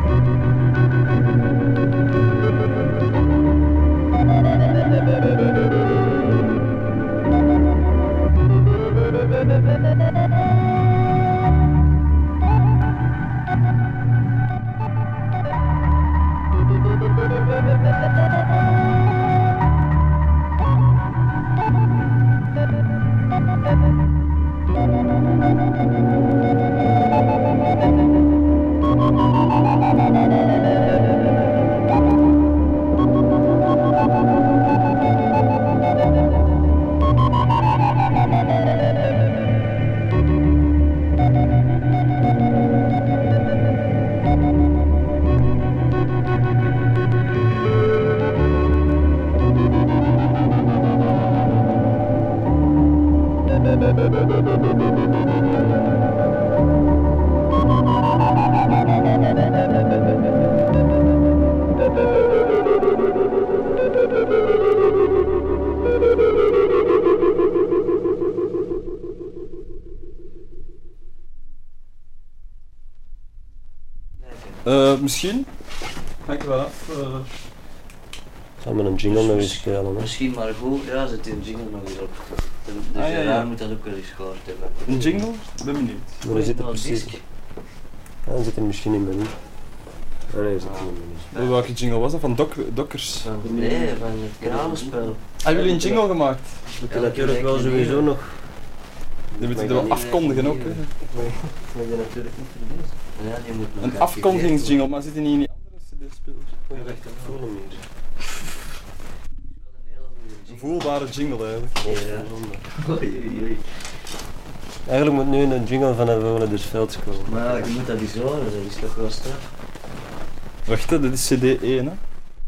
Misschien. Kijk wel af. Gaan we een jingle nog eens spelen, hè? Misschien maar goed, ja, zet die een jingle nog eens op. De Gerard moet dat ook wel eens gehoord hebben. Een jingle? Ben benieuwd. Maar hij zit er precies. Ja, hij zit er misschien in menu. Ah, nee, hij zit er in menu. Welke jingle was dat? Van Dokkers? Nee, van het kralenspel. Hebben jullie een jingle gemaakt? We moeten natuurlijk wel sowieso nog. Die moeten er wel afkondigen ook. Ik mag je natuurlijk niet verliezen. Ja, die moet nog Een afkondigingsjingle, maar zit hij niet in die andere cd-spelers? Ik voel hem hier. Een voelbare jingle eigenlijk. Ja. Oei. Eigenlijk moet nu een jingle van een Wonen des Velds komen. Maar je moet dat eens horen, dat is toch wel straf. Wacht, dit is cd 1 hè.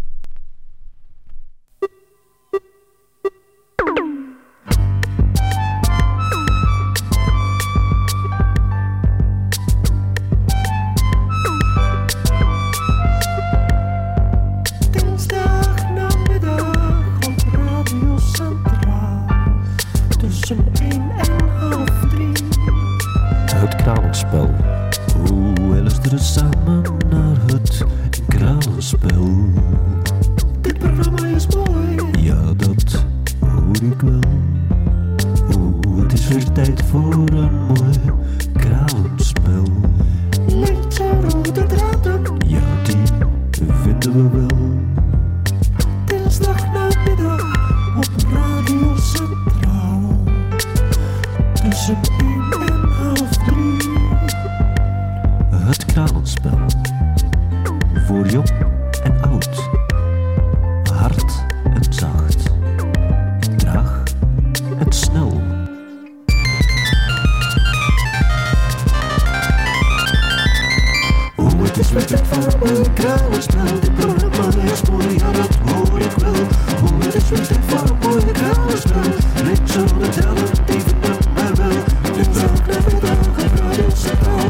Kralenspel. We luisteren samen naar het Kralenspel. Dit programma is mooi. Ja, dat hoor ik wel. Het is weer tijd voor een mooi Kralenspel. Lichtje rode draden. Ja, die vinden we wel. Dinsdagnamiddag op Radio Centraal. Tussen 1 en half 3. Het Kralenspel. Voor jong en oud. Hard en zacht. Traag en snel. Het is weer tijd voor een Kralenspel. Dit programma is mooi, ja dat hoor ik wel. Het is weer tijd voor een mooi Kralenspel. Links zo de tellen, die vinden mij wel. Dit is ook naar middag op Radio Centraal.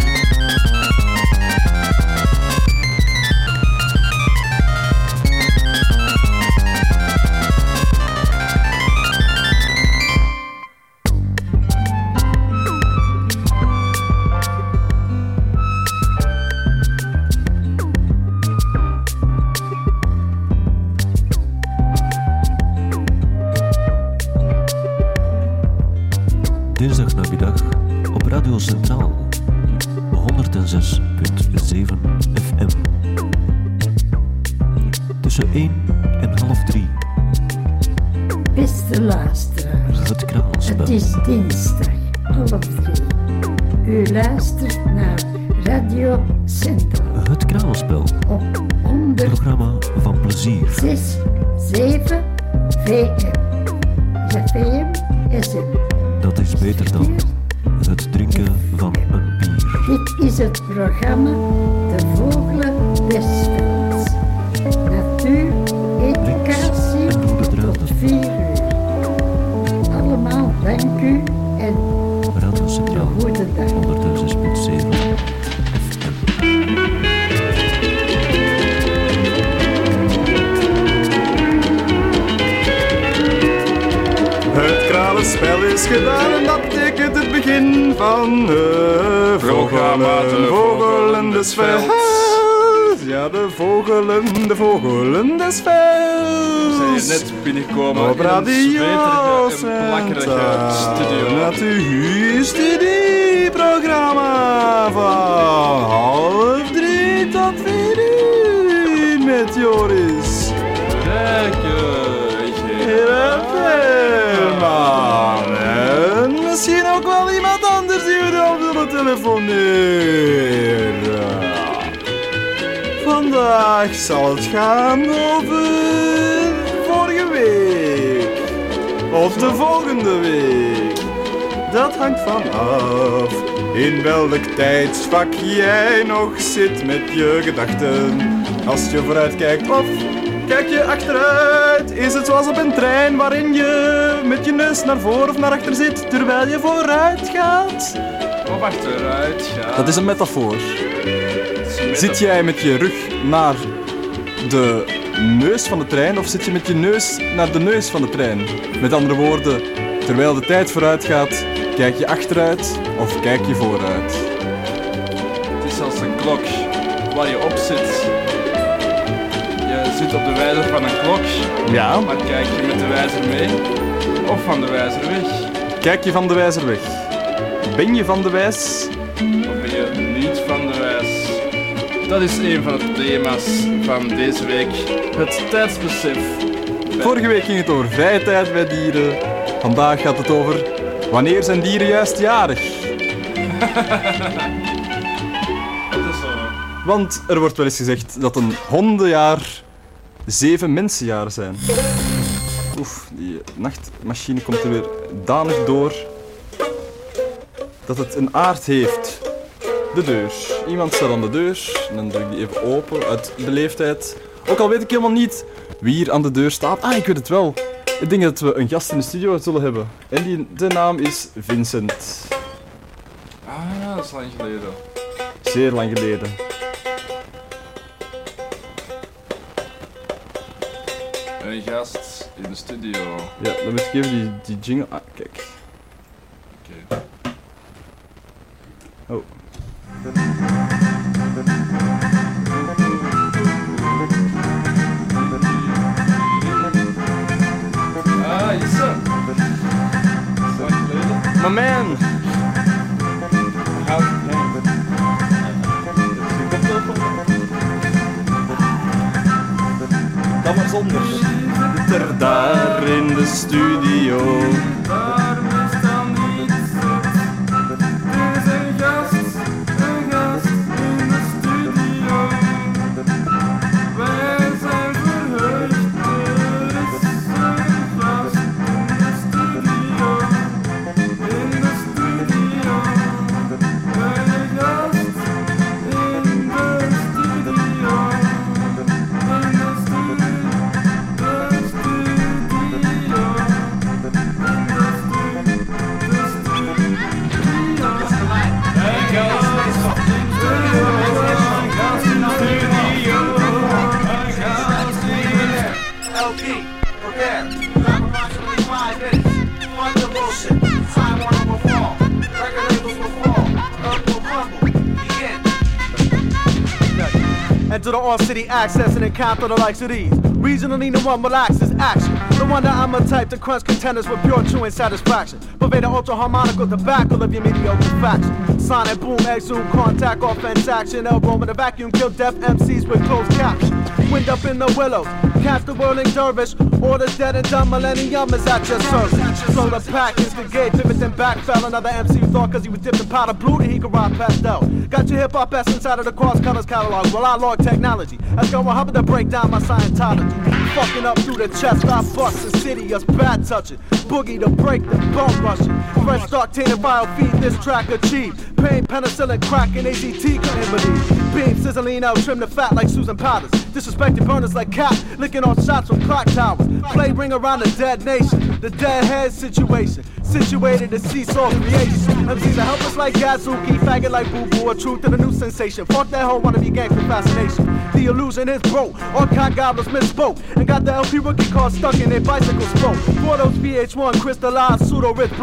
Dinsdagnamiddag op Radio Centraal 106.7 FM. Tussen 1 en half 3. Beste luisteraars, Het Kralenspel. het is dinsdag, half 3. U luistert naar Radio Centraal Het Kralenspel. op 100. Programma van plezier. 6, 7, VM. FM, SM. Dat is beter dan het drinken van een bier. Dit is het programma De Vogelen des Velds. Natuur, educatie en rode draden. tot 4 uur. Allemaal dank u en Radio een Centraal goede dag. 106.7 FM. Het Kralenspel is gedaan en dat betekent het begin van het programma De Vogelen des Velds. Ja, de vogelen des vels. Zijn hier net binnenkomen Op in een Radio zweterige en plakkerige studio. Met uw studieprogramma van 2:30 tot 4:00 met Joris. Man, en misschien ook wel iemand anders die we dan willen telefoneren. Vandaag zal het gaan over vorige week. Of de volgende week. Dat hangt van af in welk tijdsvak jij nog zit met je gedachten. Als je vooruit kijkt of kijk je achteruit. Is het zoals op een trein waarin je met je neus naar voor of naar achter zit terwijl je vooruit gaat? Of achteruit gaat. Dat is een metafoor. Zit jij met je rug naar de neus van de trein of zit je met je neus naar de neus van de trein? Met andere woorden, terwijl de tijd vooruit gaat, kijk je achteruit of kijk je vooruit? Het is als een klok waar je op zit. Je zit op de wijzer van een klok, Ja. maar kijk je met de wijzer mee of van de wijzer weg? Kijk je van de wijzer weg? Ben je van de wijs? Of ben je niet van de wijs? Dat is een van de thema's van deze week. Het tijdsbesef. Vorige week ging het over vrije tijd bij dieren. Vandaag gaat het over wanneer zijn dieren juist jarig? Dat is zo. Want er wordt wel eens gezegd dat een hondenjaar 7 mensenjaren zijn. Oef, die nachtmachine komt er weer danig door. Dat het een aard heeft. De deur. Iemand staat aan de deur. En dan doe ik die even open uit beleefdheid. Ook al weet ik helemaal niet wie hier aan de deur staat. Ah, ik weet het wel. Ik denk dat we een gast in de studio zullen hebben. En de naam is Vincent. Ah, dat is lang geleden. Zeer lang geleden. Een gast in de studio. Ja, dan moet ik even die jingle... Ah, kijk. Oké. Oh. Ah, is ze. Dat is lang geleden. My man! Dan maar zonder. Er daar in de studio. Daar is dan niets. Er is een gast in de studio. Wij zijn verheugd. Er is een gast in de studio. In de studio. Een gast in de studio. Enter the all-city access and encounter the likes of these. Regionally, the one relaxes action. No wonder I'm a type to crunch contenders with pure chewing satisfaction. Pervade the ultra-harmonical tobacco of your mediocre faction. Sonic boom, exhume, contact, offense action. Elbow in the vacuum, kill deaf MCs with closed caption. Wind up in the willows, cast the whirling dervish. Orders dead and done, millennium is at your service. Slow the pack, instigate, pivot and backfell. Another MC thought cause he was dipped in powder blue that he could rock pastel. Got your hip-hop essence out of the cross colors catalog. Well, I log technology. Let's go Muhammad to break down my Scientology. Fucking up through the chest, I bust insidious, bad touching. Boogie to break the bone rushing. Fresh start, tainted file, feed this track achieve. Pain, penicillin, crack, and AZT couldn't believe. Beam, sizzling out, trim the fat like Susan Powders. Disrespected burners like Cap, licking off shots from clock towers. Play ring around the dead nation, the dead head situation. Situated to seesaw creation. MCs are helpless like Gazuki, faggot like Boo Boo, a truth and a new sensation. Fuck that whole wannabe gangster fascination. The illusion is broke, all cock gobblers misspoke. And got the LP rookie card stuck in their bicycle spoke. For those VH1 crystallized pseudo-rich blokes.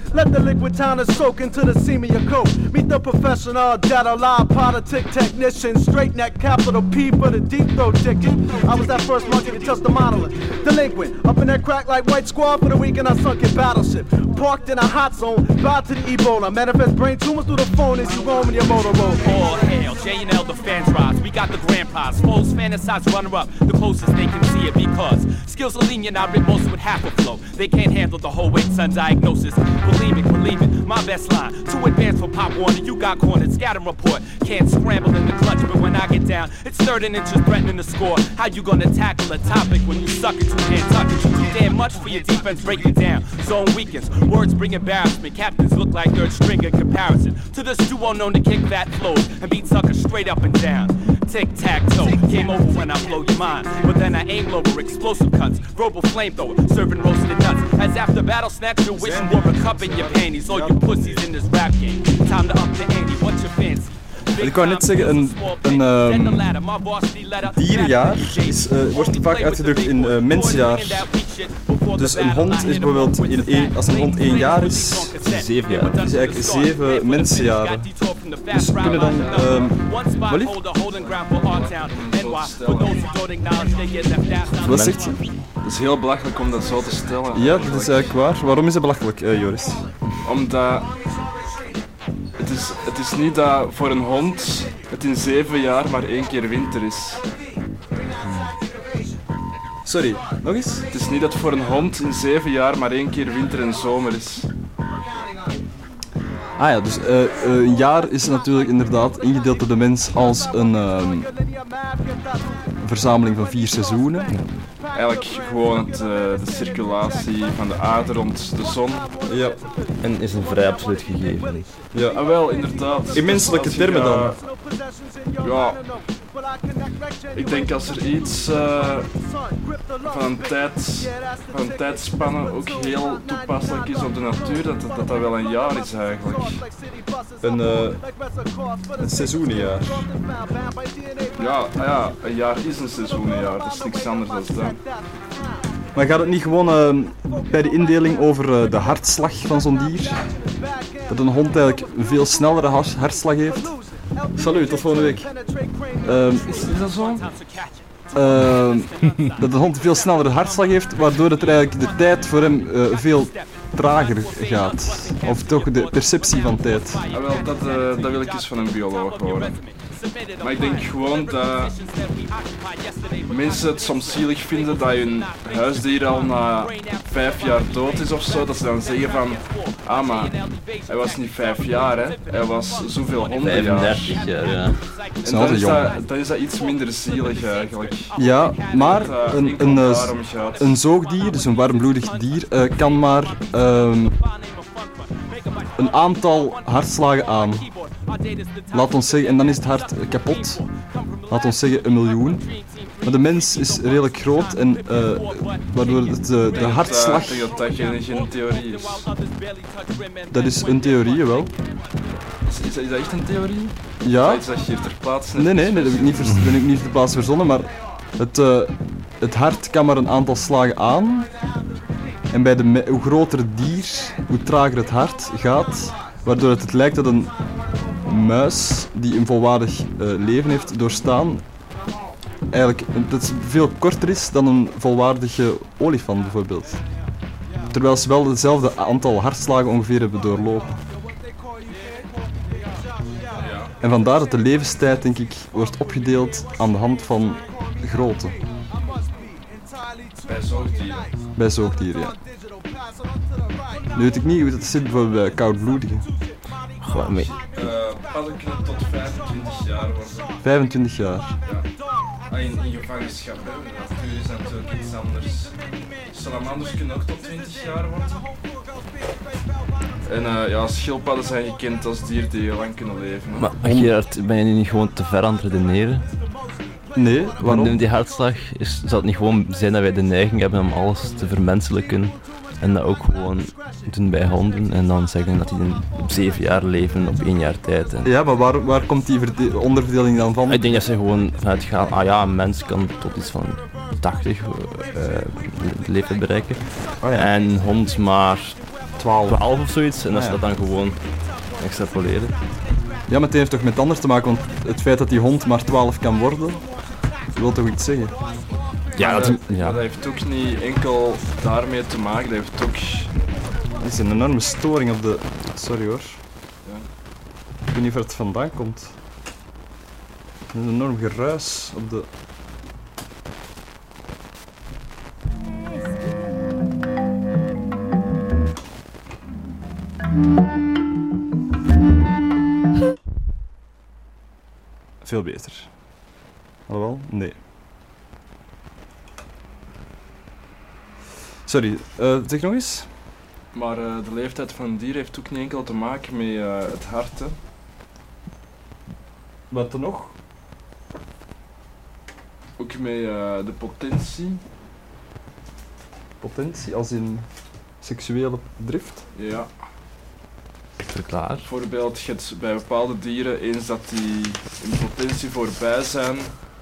Let the liquid towners soak into the seam of your coat. Meet the professional, data live politic technician. Straight neck, capital P for the deep throat ticket. I was that first monkey to touch the monolith. Delinquent, up in that crack like White Squad for the weekend. I sunk in battleship. Parked in a hot zone, bow to the Ebola. Manifest brain tumors through the phone as you roam in your motor road. All hail, J&L the fans rise. We got the grand prize. Foes fantasize runner up, the closest they can see it because skills are lenient. I rip most with half a flow. They can't handle the whole weight, son diagnosis. Believe it, my best line. Too advanced for Pop Warner, you got cornered. Scatter report, can't scramble in the clutch, but when I get down, it's 3rd and inches threatening to score. How you gonna tackle a topic when you suck it too damn tuck it? Too damn much for your defense, break it down. Zone weakens, words bring embarrassment. Captains look like 3rd string in comparison to this duo known to kick fat flows and beat suckers straight up and down. Tic-tac-toe, game over when I blow your mind. But then I aim lower, explosive cuts, verbal flamethrower, serving roasted nuts. As after battle snatch your wish and wore a cup in your panties. All you pussies in this rap game. Time to up the ante, what's your fancy? Ik wou net zeggen, een dierjaar wordt vaak uitgedrukt in mensjaar. Dus een hond is bijvoorbeeld, als een hond 1 jaar is, 7 jaar. Dus eigenlijk 7 mensenjaren. Dus we kunnen dan... Wat zegt je? Het is heel belachelijk om dat zo te stellen. Ja, dat is eigenlijk waar. Waarom is het belachelijk, Joris? Omdat... Het is niet dat voor een hond het in 7 jaar maar 1 keer winter is. Sorry, nog eens? Het is niet dat voor een hond in 7 jaar maar 1 keer winter en zomer is. Ah ja, dus een jaar is natuurlijk inderdaad ingedeeld door de mens als een verzameling van 4 seizoenen. Eigenlijk gewoon de circulatie van de aarde rond de zon. Ja. En is een vrij absoluut gegeven. Ja. Ah, wel, inderdaad. In menselijke termen dan? Ja. Ik denk als er iets van een tijdspanne ook heel toepasselijk is op de natuur, dat wel een jaar is eigenlijk. Een seizoenenjaar. Ja, een jaar is een seizoenenjaar, dat is niks anders dan dat. Maar gaat het niet gewoon bij de indeling over de hartslag van zo'n dier? Dat een hond eigenlijk een veel snellere hartslag heeft? Salut, tot volgende week. Is dat zo? Dat een hond een veel snellere hartslag heeft, waardoor het er eigenlijk de tijd voor hem veel trager gaat. Of toch de perceptie van tijd. Ah, wel, dat wil ik eens van een bioloog horen. Maar ik denk gewoon dat mensen het soms zielig vinden dat hun huisdier al na 5 jaar dood is of zo. Dat ze dan zeggen van, maar hij was niet 5 jaar, hè. Hij was zoveel 100 jaar. 35 jaar, ja. En dan is dat iets minder zielig eigenlijk. Ja, maar een zoogdier, dus een warmbloedig dier, kan maar een aantal hartslagen aan. Laat ons zeggen, en dan is het hart kapot. Laat ons zeggen 1 miljoen. Maar de mens is redelijk groot en waardoor de hartslag... Ik denk dat geen theorie is. Dat is een theorie, wel. Is dat echt een theorie? Ja. Is dat hier ter plaatse? Nee, dat heb ik niet ter plaatse verzonnen, maar het hart kan maar een aantal slagen aan. En bij hoe groter het dier, hoe trager het hart gaat, waardoor het lijkt dat een muis die een volwaardig leven heeft doorstaan, eigenlijk dat het veel korter is dan een volwaardige olifant bijvoorbeeld. Terwijl ze wel hetzelfde aantal hartslagen ongeveer hebben doorlopen. En vandaar dat de levenstijd, denk ik, wordt opgedeeld aan de hand van grootte. Bij zoogdieren? Bij zoogdieren, ja. Nu weet ik niet hoe dat zit bijvoorbeeld bij koudbloedigen. Goh, mee. Padden kunnen tot 25 jaar worden. 25 jaar? Ja. In gevangenschap, hè. De natuur is natuurlijk iets anders. Salamanders kunnen ook tot 20 jaar worden. En schildpadden zijn gekend als dieren die lang kunnen leven. Maar Gerard, ben je nu niet gewoon te ver aan het redeneren? Nee, waarom? Die hartslag, zou het niet gewoon zijn dat wij de neiging hebben om alles te vermenselijken en dat ook gewoon doen bij honden en dan zeggen dat die op 7 jaar leven op 1 jaar tijd. En... Ja, maar waar komt die onderverdeling dan van? Ik denk dat ze gewoon vanuit gaan, een mens kan tot iets van 80 leeftijd bereiken. Oh ja. En een hond maar 12. 12 of zoiets. En dat ze Ah, ja. dat dan gewoon extrapoleren. Ja, maar het heeft toch met anders te maken, want het feit dat die hond maar 12 kan worden, wil toch iets zeggen? Ja, Maar dat, maar dat heeft ook niet enkel daarmee te maken, dat heeft ook... Dat is een enorme storing op de... Sorry hoor. Ja. Ik weet niet waar het vandaan komt. Een enorm geruis op de... Veel beter. Alhoewel, nee. Sorry, zeg nog eens? Maar de leeftijd van een dier heeft ook niet enkel te maken met het hart, hè. Wat er nog? Ook met de potentie. Potentie, als in seksuele drift? Ja. verklaar. Bijvoorbeeld, je hebt bij bepaalde dieren, eens dat die in potentie voorbij zijn,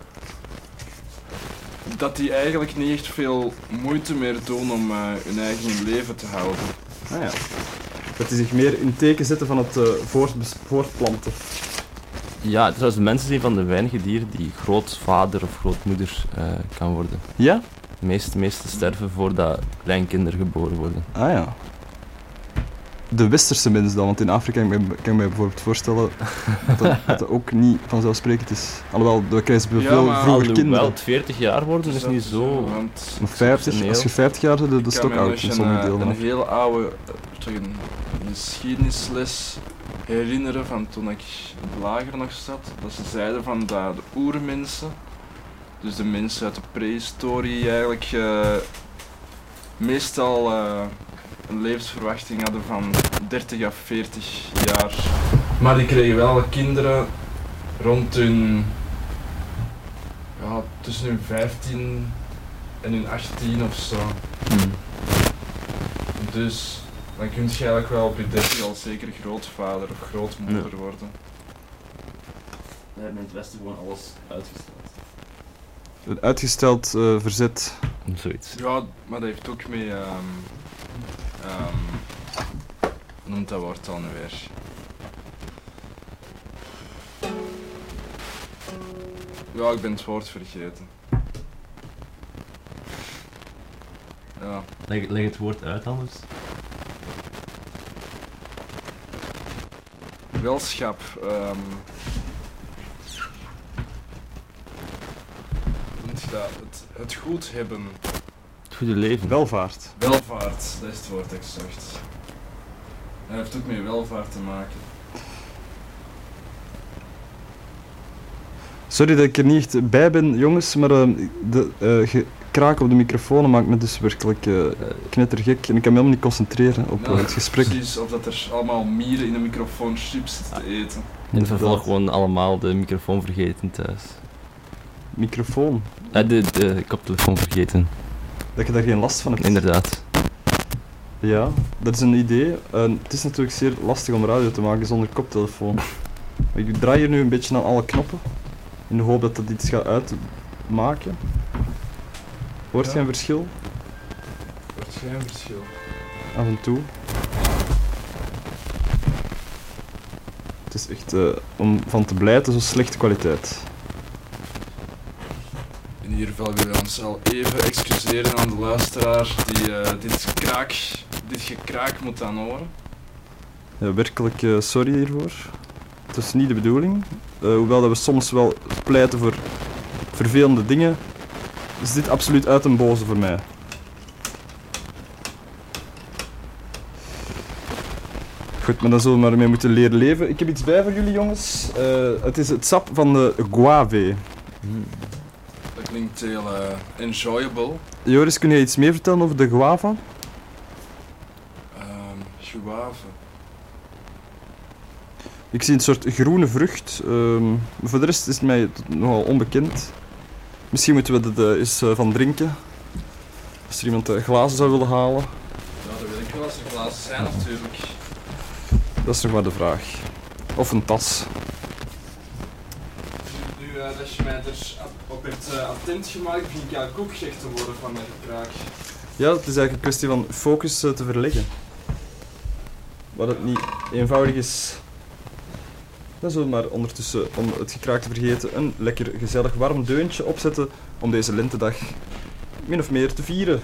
dat die eigenlijk niet echt veel moeite meer doen om hun eigen in leven te houden. Ah ja. Dat die zich meer in teken zetten van het voortplanten. Ja, trouwens, mensen zijn van de weinige dieren die grootvader of grootmoeder kan worden. Ja? De meeste sterven voordat kleinkinderen geboren worden. Ah ja. De westerse mens dan, want in Afrika kan ik me bijvoorbeeld voorstellen dat dat ook niet vanzelfsprekend is. Alhoewel, daar krijgen ze veel maar vroeger kinderen. Alhoewel, 40 jaar worden is niet zo... Want Of 50, als je 50 jaar bent, de stok oud in sommige delen. een heel oude een geschiedenisles herinneren van toen ik in het lager nog zat. Dat ze zeiden van dat de oermensen, dus de mensen uit de prehistorie, eigenlijk meestal een levensverwachting hadden van 30 à 40 jaar. Maar die kregen wel kinderen rond hun... Ja, tussen hun 15 en hun 18 of zo. Dus dan kun je eigenlijk wel op je 30 al zeker grootvader of grootmoeder worden. We hebben in het Westen gewoon alles uitgesteld. Een uitgesteld verzet. Zoiets. Ja, maar dat heeft ook mee... hoe noemt dat woord dan nu weer? Ja, ik ben het woord vergeten. Ja. Leg het woord uit anders. Welschap. Het goed hebben. Het goede leven. Welvaart. Welvaart, dat is het woord exact. Dat heeft ook met welvaart te maken. Sorry dat ik er niet echt bij ben, jongens, maar de kraak op de microfoon maakt me dus werkelijk knettergek en ik kan me helemaal niet concentreren op het gesprek. Precies, of dat er allemaal mieren in de microfoon chips zitten te eten. In het vervolg gewoon allemaal de microfoon vergeten thuis. Microfoon? De koptelefoon vergeten. Dat je daar geen last van hebt? Inderdaad. Ja, dat is een idee. Het is natuurlijk zeer lastig om radio te maken zonder koptelefoon. Ik draai hier nu een beetje aan alle knoppen, in de hoop dat dat iets gaat uitmaken. Hoort je een verschil? Hoort geen verschil. Af en toe. Het is echt om van te blijten zo slechte kwaliteit. In ieder geval willen we ons al even excuseren aan de luisteraar die dit gekraak moet aanhoren. Ja, werkelijk sorry hiervoor. Het is niet de bedoeling. Hoewel dat we soms wel pleiten voor vervelende dingen, is dit absoluut uit een boze voor mij. Goed, maar dan zullen we maar mee moeten leren leven. Ik heb iets bij voor jullie, jongens. Het is het sap van de guave. Dat klinkt heel enjoyable. Joris, kun je iets meer vertellen over de guava? Guave. Ik zie een soort groene vrucht. Voor de rest is het mij nogal onbekend. Misschien moeten we er eens van drinken. Als er iemand glazen zou willen halen. Ja, dat weet ik wel als er glazen zijn natuurlijk. Dat is nog maar de vraag. Of een tas. Nu dat je mij er op hebt attent gemaakt, begin ik eigenlijk ook gek te worden van mijn gekraak. Ja, het is eigenlijk een kwestie van focus te verleggen. Wat het niet eenvoudig is. Dan zullen we maar ondertussen, om het gekraak te vergeten, een lekker gezellig warm deuntje opzetten om deze lentedag min of meer te vieren.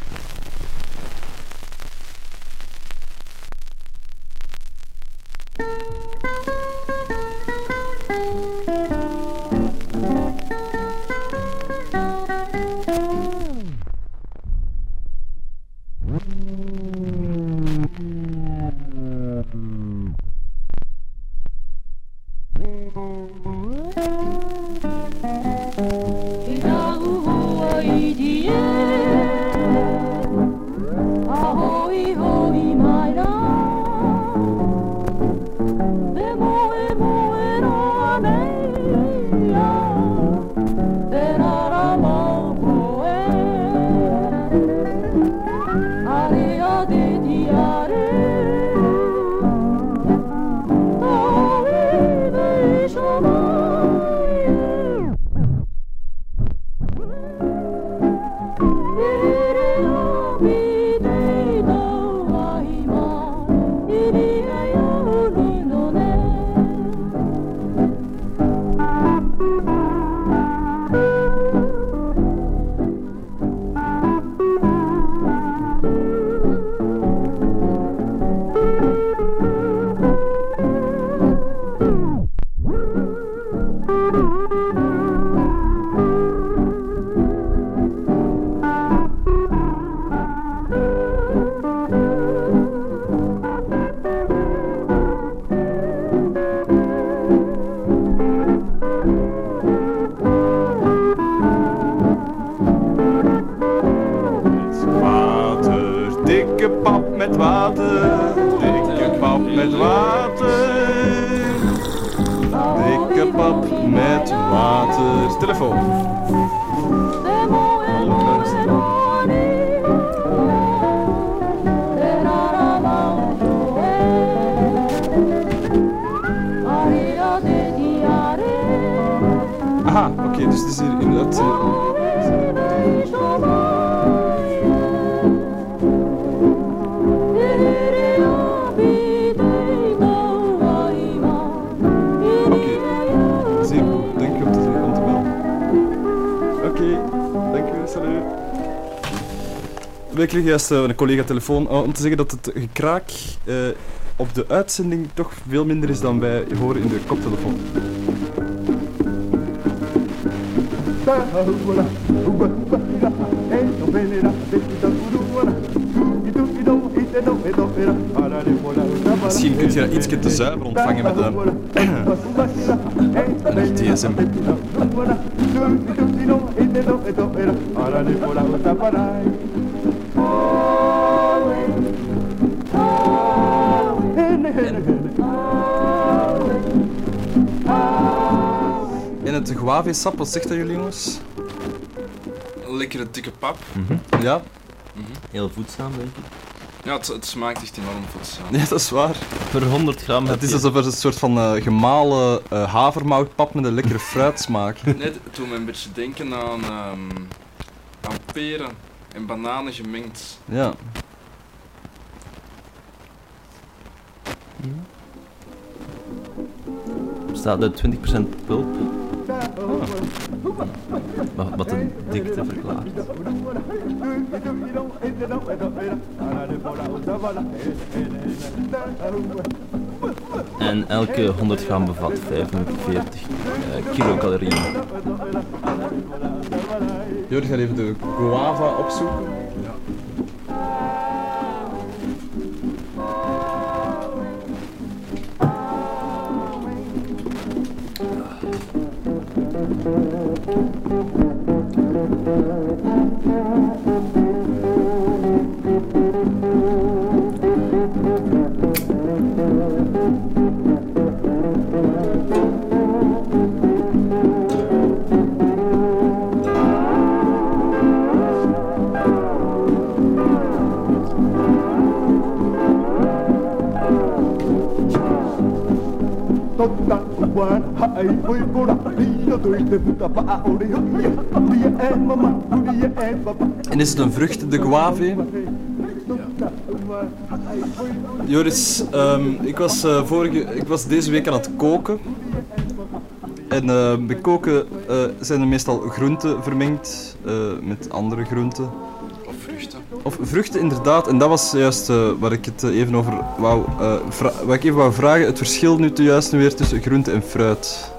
Aha, oké, dus het is hier inderdaad... Zeer goed, dank je om te bellen. Oké, dank je, salut. Ik kreeg juist een collega-telefoon om te zeggen dat het gekraak op de uitzending toch veel minder is dan wij horen in de koptelefoon. Misschien kun je dat iets te zuiver ontvangen met een gsm. En het guave-sap, wat zegt dat jullie jongens? Lekkere dikke pap. Ja? Heel voedzaam, denk ik. Ja, het smaakt echt enorm voedzaam. Ja, dat is waar. Per 100 gram Het is alsof er een soort van gemalen havermoutpap met een lekkere fruitsmaak. Nee, het doet me een beetje denken aan peren en bananen gemengd. Ja. Staat uit 20% pulp. Wat de dikte verklaart. En elke 100 gram bevat 45 kilocalorieën. Jordi gaat even de guava opzoeken. Ja. En is het een vrucht, de guave? Ja. Joris, ik was deze week aan het koken. En bij koken zijn er meestal groenten vermengd met andere groenten. Of vruchten. Of vruchten, inderdaad. En dat was juist waar ik het even over wat ik even wou vragen. Het verschil nu juist weer tussen groente en fruit.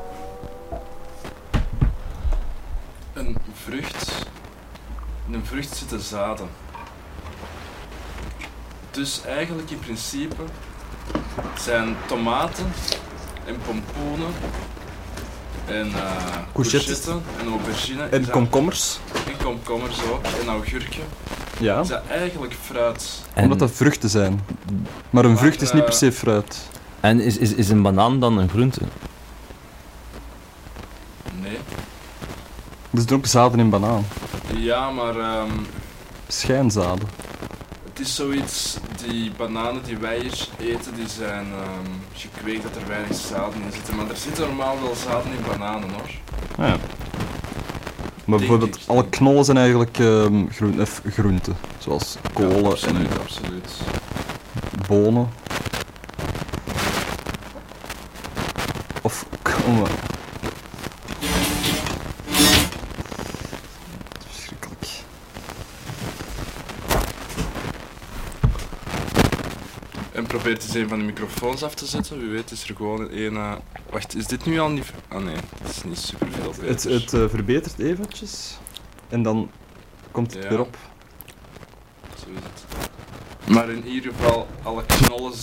In een vrucht zitten zaden. Dus eigenlijk in principe zijn tomaten en pompoenen en courgettes en aubergine En komkommers. en komkommers ook en augurken. Ja, Zijn eigenlijk fruit. omdat dat vruchten zijn. Maar een vrucht is niet per se fruit. En is een banaan dan een groente? Nee. Er zitten ook zaden in banaan. Ja, maar Schijnzaden. het is zoiets, die bananen die wij hier eten, die zijn gekweekt dat er weinig zaden in zitten. Maar er zitten normaal wel zaden in bananen hoor. Ah, ja. Maar bijvoorbeeld alle knollen zijn eigenlijk groenten. Zoals kolen Ja, absoluut, en absoluut. bonen. Of komen. Verschrikkelijk. En probeer eens een van de microfoons af te zetten. Wie weet is er gewoon een... Wacht, is dit nu al niet... Ah nee, het is niet super veel beter. Het verbetert eventjes. En dan komt het Ja. weer op. Zo is het. Maar in ieder geval, alle knollen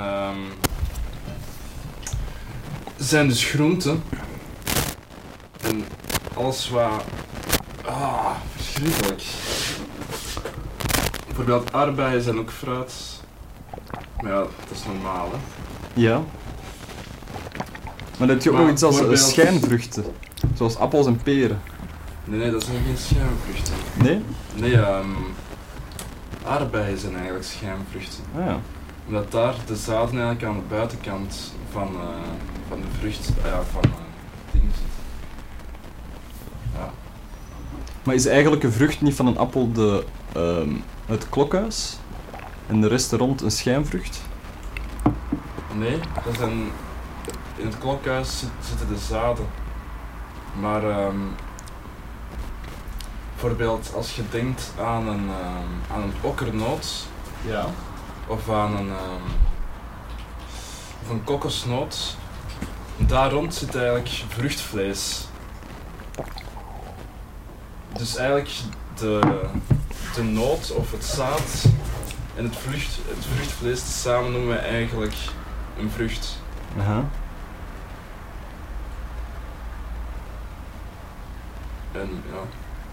zijn dus groenten. En alles wat... verschrikkelijk. Bijvoorbeeld aardbeien zijn ook fruit. Maar ja, dat is normaal hè. Ja. Maar dan heb je ook Maar nog iets als bijvoorbeeld- schijnvruchten. Zoals appels en peren. Nee, dat zijn geen schuimvruchten. Nee? Nee, aardbeien zijn eigenlijk schuimvruchten. Ah ja. Omdat daar de zaden eigenlijk aan de buitenkant van de vrucht, dingen zitten. Ja. Maar is eigenlijk een vrucht niet van een appel het klokhuis? En de rest er rond een schijnvrucht? Nee, dat zijn, in het klokhuis zitten de zaden. Maar bijvoorbeeld als je denkt aan een okkernoot Ja. of aan een kokosnoot, daar rond zit eigenlijk vruchtvlees. Dus eigenlijk de noot of het zaad en het vruchtvlees samen noemen we eigenlijk een vrucht. Aha. En ja.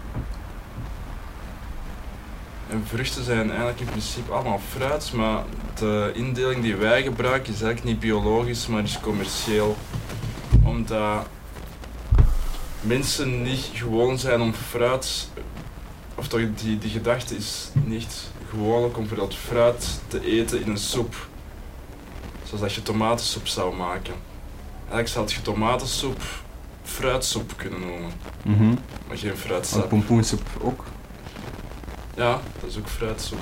En vruchten zijn eigenlijk in principe allemaal fruit, maar de indeling die wij gebruiken is eigenlijk niet biologisch, maar is commercieel. Omdat mensen niet gewoon zijn om fruit, of toch die gedachte is niet gewoonlijk om bijvoorbeeld fruit te eten in een soep. Zoals dat je tomatensoep zou maken. Eigenlijk zou je tomatensoep fruitsoep kunnen noemen, Mhm. maar geen En fruitsap. pompoensoep ook. Ja, dat is ook fruitsoep.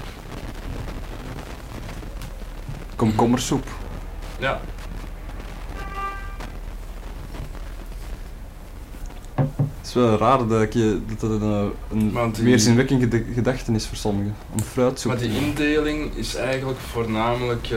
Komkommersoep. Ja, Het is wel raar dat dat een Maar die- weerzinwekkende gedachte is voor sommigen. Om fruitsoep maar te die doen. indeling is eigenlijk voornamelijk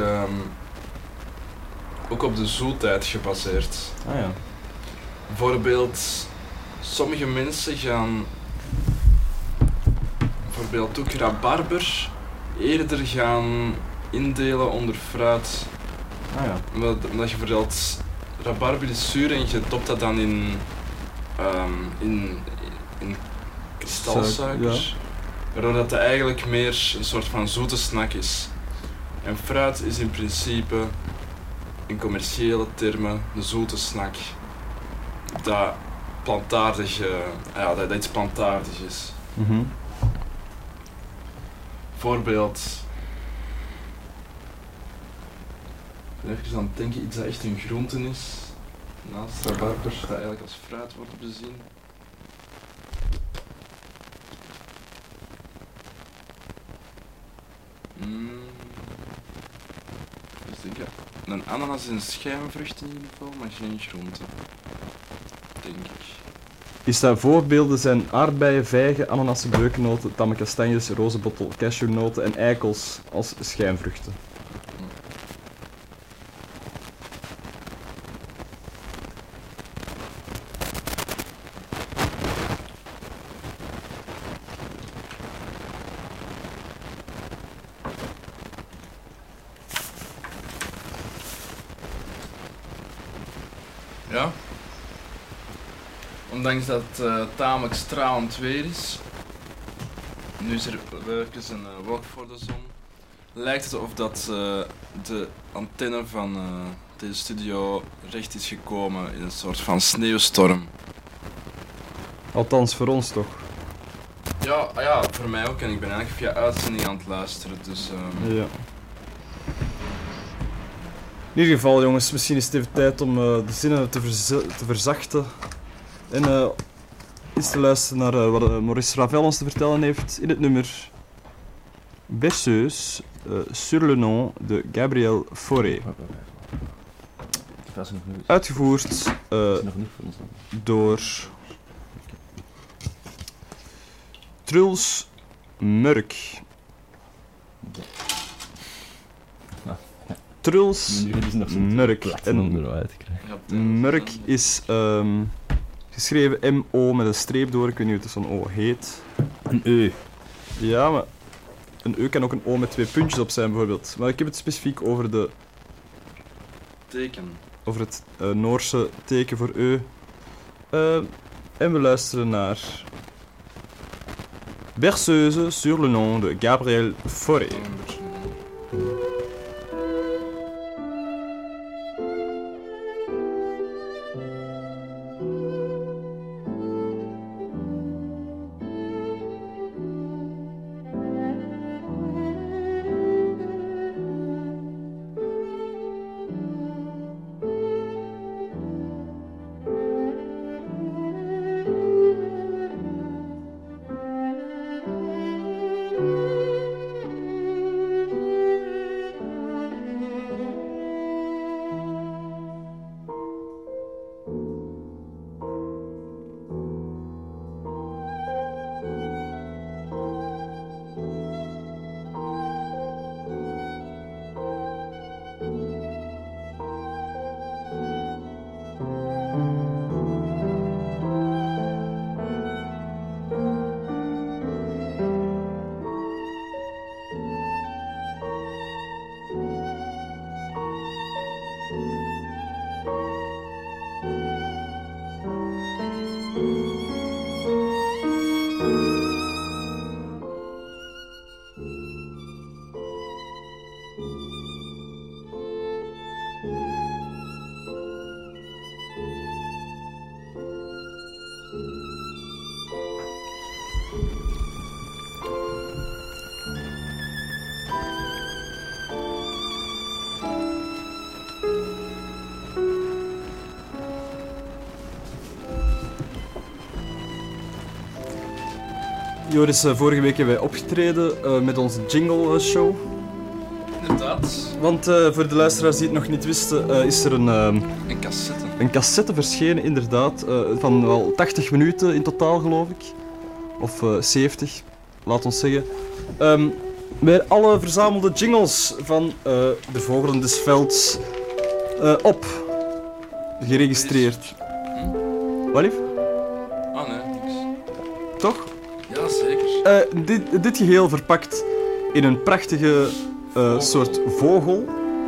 ook op de zoetheid gebaseerd. Ah ja. Bijvoorbeeld, sommige mensen gaan bijvoorbeeld ook rabarber eerder gaan indelen onder fruit. Ah ja. Omdat je bijvoorbeeld, rabarber is zuur en je topt dat dan in kristalsuiker. Ja. Waardoor dat eigenlijk meer een soort van zoete snack is. En fruit is in principe, in commerciële termen, een zoete snack. Dat plantaardig, dat iets plantaardig is. Mhm. Bijvoorbeeld, ik ben even aan het denken, iets dat echt een groente is, naast rabarber, dat eigenlijk als fruit wordt bezien. een ananas en schuimvrucht in ieder geval, maar geen groenten. Denk ik. Is dat voorbeelden zijn aardbeien, vijgen, ananassen, beukennoten, tamme kastanjes, rozenbottel, cashewnoten en eikels als schijnvruchten. Ja. Ondanks dat het tamelijk stralend weer is, nu is er even een wolk voor de zon, lijkt het of dat de antenne van deze studio recht is gekomen in een soort van sneeuwstorm. Althans, voor ons toch. Ja, voor mij ook. En ik ben eigenlijk via uitzending aan het luisteren, dus... Ja. In ieder geval, jongens, misschien is het even tijd om de zinnen te verzachten. En eens te luisteren naar wat Maurice Ravel ons te vertellen heeft in het nummer Berceuse sur le nom de Gabriel Fauré. Uitgevoerd door Truls Murk. Truls Murk. En Murk is geschreven M-O met een streep door. Ik weet niet hoe het zo'n O heet. Een E. Ja, maar een E kan ook een O met 2 puntjes op zijn bijvoorbeeld. Maar ik heb het specifiek over de... Teken. Over het Noorse teken voor E. En we luisteren naar... Berceuse sur le nom de Gabriel Fauré. Joris, vorige week hebben wij opgetreden met onze jingle show. Inderdaad. Want voor de luisteraars die het nog niet wisten, is er een cassette. Een cassette verschenen, inderdaad, van wel 80 minuten in totaal, geloof ik. Of 70, laat ons zeggen. Met alle verzamelde jingles van de Vogelen des Velds op. Geregistreerd. Wat lief? Ah nee, niks. Toch? Ja, zeker. Dit geheel verpakt in een prachtige soort vogel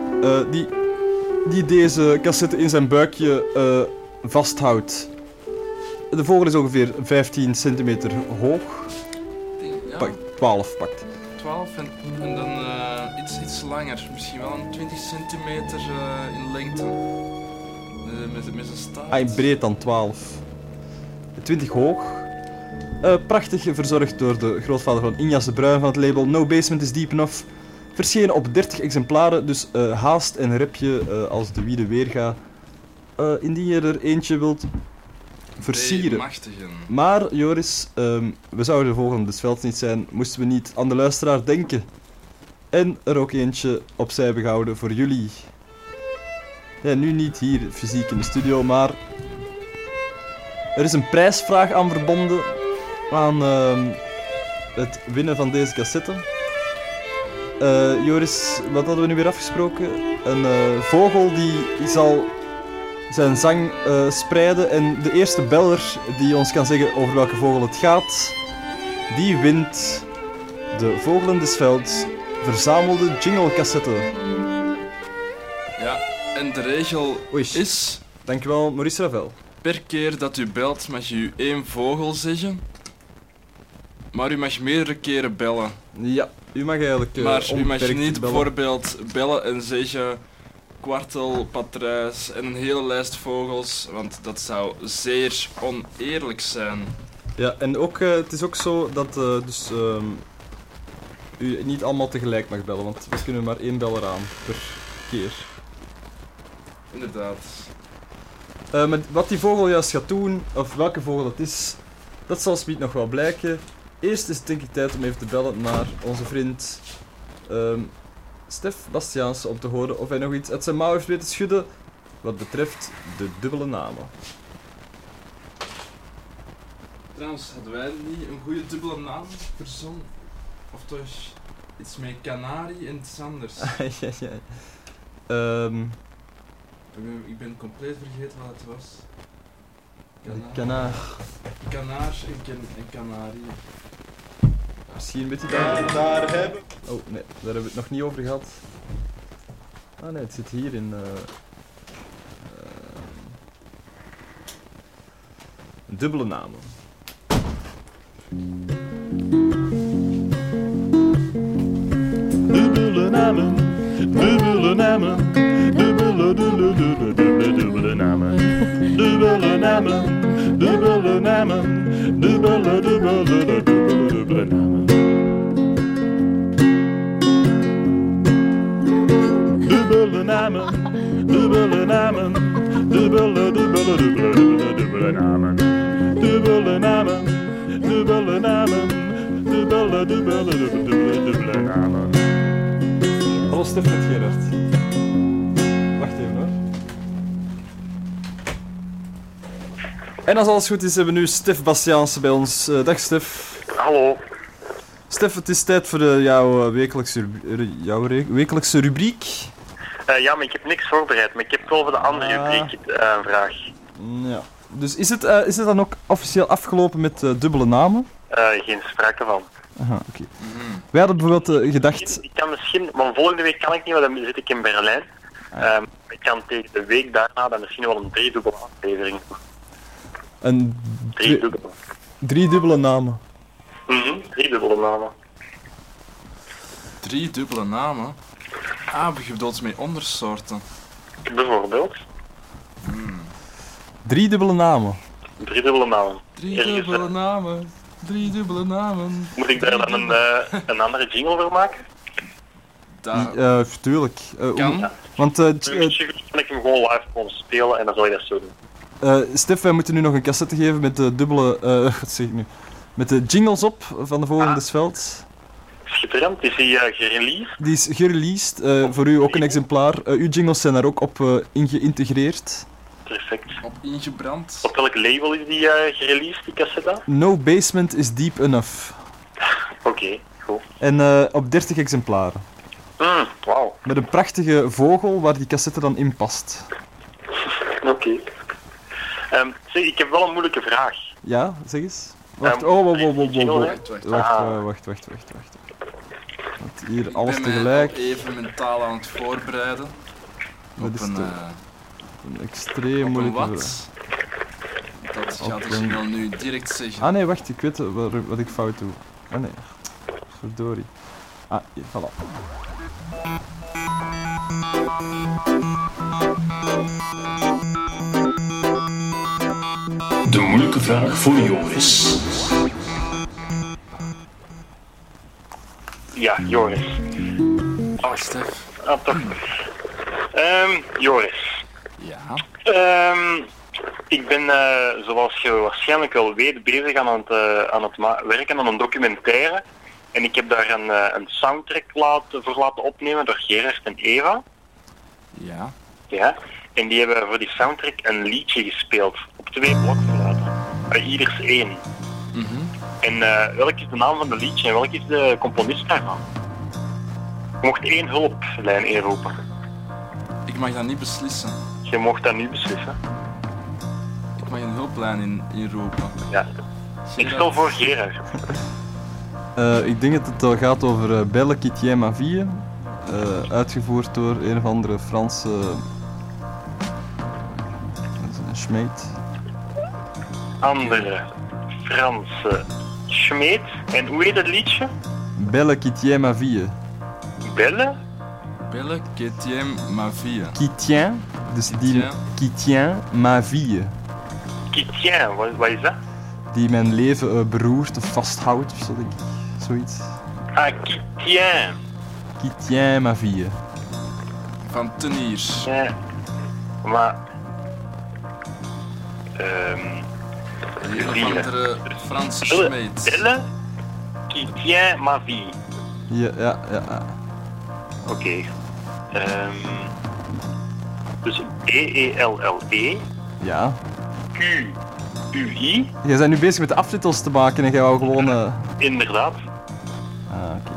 die deze cassette in zijn buikje vasthoudt. De vogel is ongeveer 15 centimeter hoog. Ja. 12 pakt. 12 en dan iets langer, misschien wel een 20 centimeter in lengte. Met zijn staart. In breed dan 12. 20 hoog. Prachtig verzorgd door de grootvader van Injas de Bruin van het label No Basement is Deep Enough. Verschenen op 30 exemplaren, dus haast en rep je als de wie de weer gaat. Indien je er eentje wilt versieren. Maar Joris, we zouden de Vogelen des Velds niet zijn, moesten we niet aan de luisteraar denken. En er ook eentje opzij hebben gehouden voor jullie. Ja, nu niet hier fysiek in de studio, maar er is een prijsvraag aan verbonden aan het winnen van deze cassette. Joris, wat hadden we nu weer afgesproken? Een vogel die zal zijn zang spreiden en de eerste beller die ons kan zeggen over welke vogel het gaat, die wint de Vogelen des Velds verzamelde jinglecassette. Ja, en de regel is... Dankjewel, Maurice Ravel. Per keer dat u belt mag u 1 vogel zeggen, maar u mag meerdere keren bellen. Ja, u mag eigenlijk maar u mag onbeperkt niet bellen. bijvoorbeeld bellen en zeggen kwartel, patrijs en een hele lijst vogels, want dat zou zeer oneerlijk zijn. Ja, en ook, het is ook zo dat u niet allemaal tegelijk mag bellen, want we kunnen maar 1 beller aan per keer. Inderdaad. Maar wat die vogel juist gaat doen, of welke vogel het is, dat zal Spiet nog wel blijken. Eerst is het denk ik tijd om even te bellen naar onze vriend Stef Bastiaanse om te horen of hij nog iets uit zijn mouw heeft weten schudden wat betreft de dubbele namen. Trouwens, hadden wij niet een goede dubbele naam verzonnen? Of toch iets met Canarie en iets anders? Ik ben compleet vergeten wat het was. Kanaar. Kanaar en Canarie. Misschien weet hij daar hebben. Oh nee, daar hebben we het nog niet over gehad. Ah nee, het zit hier in. Dubbele namen. Dubbele namen, dubbele namen, dubbele namen, dubbele namen, dubbele namen, dubbele namen. Dubbele namen, dubbele namen, dubbele namen, dubbele namen, dubbele namen, dubbele namen. Hallo Stef met Gerard. Wacht even hoor. En als alles goed is, hebben we nu Stef Bastiaanse bij ons. Dag Stef. Hallo. Stef, het is tijd voor jouw wekelijkse rubriek. Ja, maar ik heb niks voorbereid, maar ik heb wel voor de andere rubriek een vraag. Ja. Dus is het dan ook officieel afgelopen met dubbele namen? Geen sprake van. Aha, oké. Wij hadden bijvoorbeeld gedacht... Ik kan misschien, maar volgende week kan ik niet, want dan zit ik in Berlijn. Ik kan tegen de week daarna dan misschien wel een 3-dubbele aflevering. Een 3-dubbele. 3 dubbele namen. 3 dubbele namen. 3 dubbele namen? Ah, je bedoelt met ondersoorten. Bijvoorbeeld. 3 dubbele namen. 3 dubbele namen. 3 dubbele namen. 3 dubbele namen. Moet ik daar dan een andere jingle voor maken? Tuurlijk. Kan. Want kan ik hem gewoon live gewoon spelen en dan zal je dat zo doen. Stef, wij moeten nu nog een cassette geven met de dubbele... wat zeg ik nu? Met de jingles op van de Vogelen des Velds. Schitterend. Is die gereleased? Die is gereleased. Voor u ook een exemplaar. Uw jingles zijn daar ook op geïntegreerd. Perfect. Op ingebrand. Op welk label is die gereleased, die cassette? No Basement is Deep Enough. Oké, goed. En op 30 exemplaren. Wauw. Met een prachtige vogel waar die cassette dan in past. Oké. Zeg, ik heb wel een moeilijke vraag. Ja, zeg eens. Wacht, wacht. Want hier alles tegelijk. Ik ben even mentaal aan het voorbereiden. Dat is een extreem moeilijke wat? vraag. Dat gaat dus wel nu direct zeggen. Ah nee, wacht, ik weet wat ik fout doe. Ah nee, verdorie. Ah, hier, voilà. De moeilijke vraag voor Joris. Ja, Joris. Oh, Stef. Ah, toch. Joris. Ja? Ik ben, zoals je waarschijnlijk wel weet, bezig aan het werken aan een documentaire. En ik heb daar een soundtrack voor laten opnemen door Gerard en Eva. Ja. Ja. En die hebben voor die soundtrack een liedje gespeeld. Op 2 blokfluiten. Ieders 1. En welk is de naam van de liedje en welk is de componist daarvan? Je mocht 1 hulplijn inroepen. Ik mag dat niet beslissen. Je mocht dat niet beslissen. Ik mag een hulplijn inroepen. Ja. Ik stel voor Gerard. Ik denk dat het gaat over Belle qui tient ma vie. Uitgevoerd door een of andere Franse... Schmeet. Andere Franse Schmeet. En hoe heet het liedje? Belle qui tient ma vie. Belle? Belle qui tient ma vie. Qui tient, dus die... Qui tient ma vie. Qui tient, wat is dat? Die mijn leven beroert of vasthoudt of zo, denk ik. Zoiets. Ah, qui tient. Qui tient ma vie. Van Teniers. Ja, maar... Een of andere Franse Schmeet. Belle qui tient ma vie. Ja. Oké. Dus B-E-L-L-E. Ja. Q-U-I. Jij bent nu bezig met de aftitels te maken en jij wou gewoon... Inderdaad. Oké.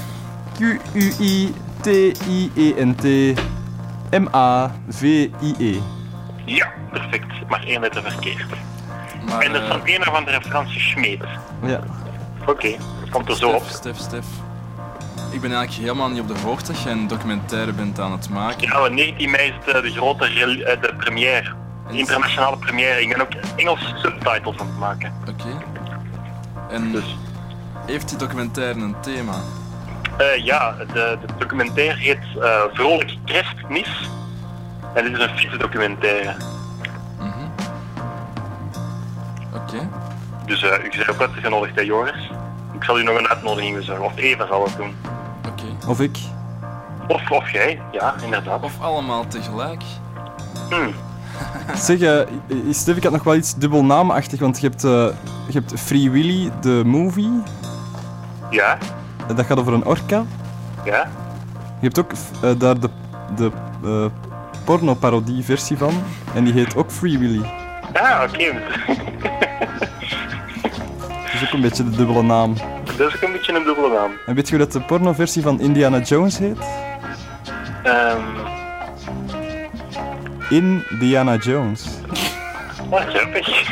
Q-U-I-T-I-E-N-T M-A-V-I-E. Ja, perfect. Maar 1 letter verkeerd. Maar, en dat is van een of andere Franse Schmeet. Ja. Oké, komt er zo op. Stef. Ik ben eigenlijk helemaal niet op de hoogte dat jij een documentaire bent aan het maken. Ja, 19 mei is de grote de première. De internationale première. Ik ben ook Engelse subtitles aan het maken. Oké. En dus. Heeft die documentaire een thema? Ja, de documentaire heet Vrolijk Kerstmis. En dit is een fietsdocumentaire. Oké. Dus u bent ook uitgenodigd, hè, Joris. Ik zal u nog een uitnodiging bezorgen. Of Eva zal het doen. Oké. Of ik. Of jij, ja, inderdaad. Of allemaal tegelijk. Zeg, Stef, ik had nog wel iets dubbelnaamachtig, want je hebt Free Willy, de movie. Ja. Dat gaat over een orka. Ja. Je hebt ook daar de pornoparodie versie van. En die heet ook Free Willy. Ah, oké. Dat is ook een beetje de dubbele naam. Dat is ook een beetje een dubbele naam. En weet je hoe dat de pornoversie van Indiana Jones heet? Indiana Jones. Ah, grappig.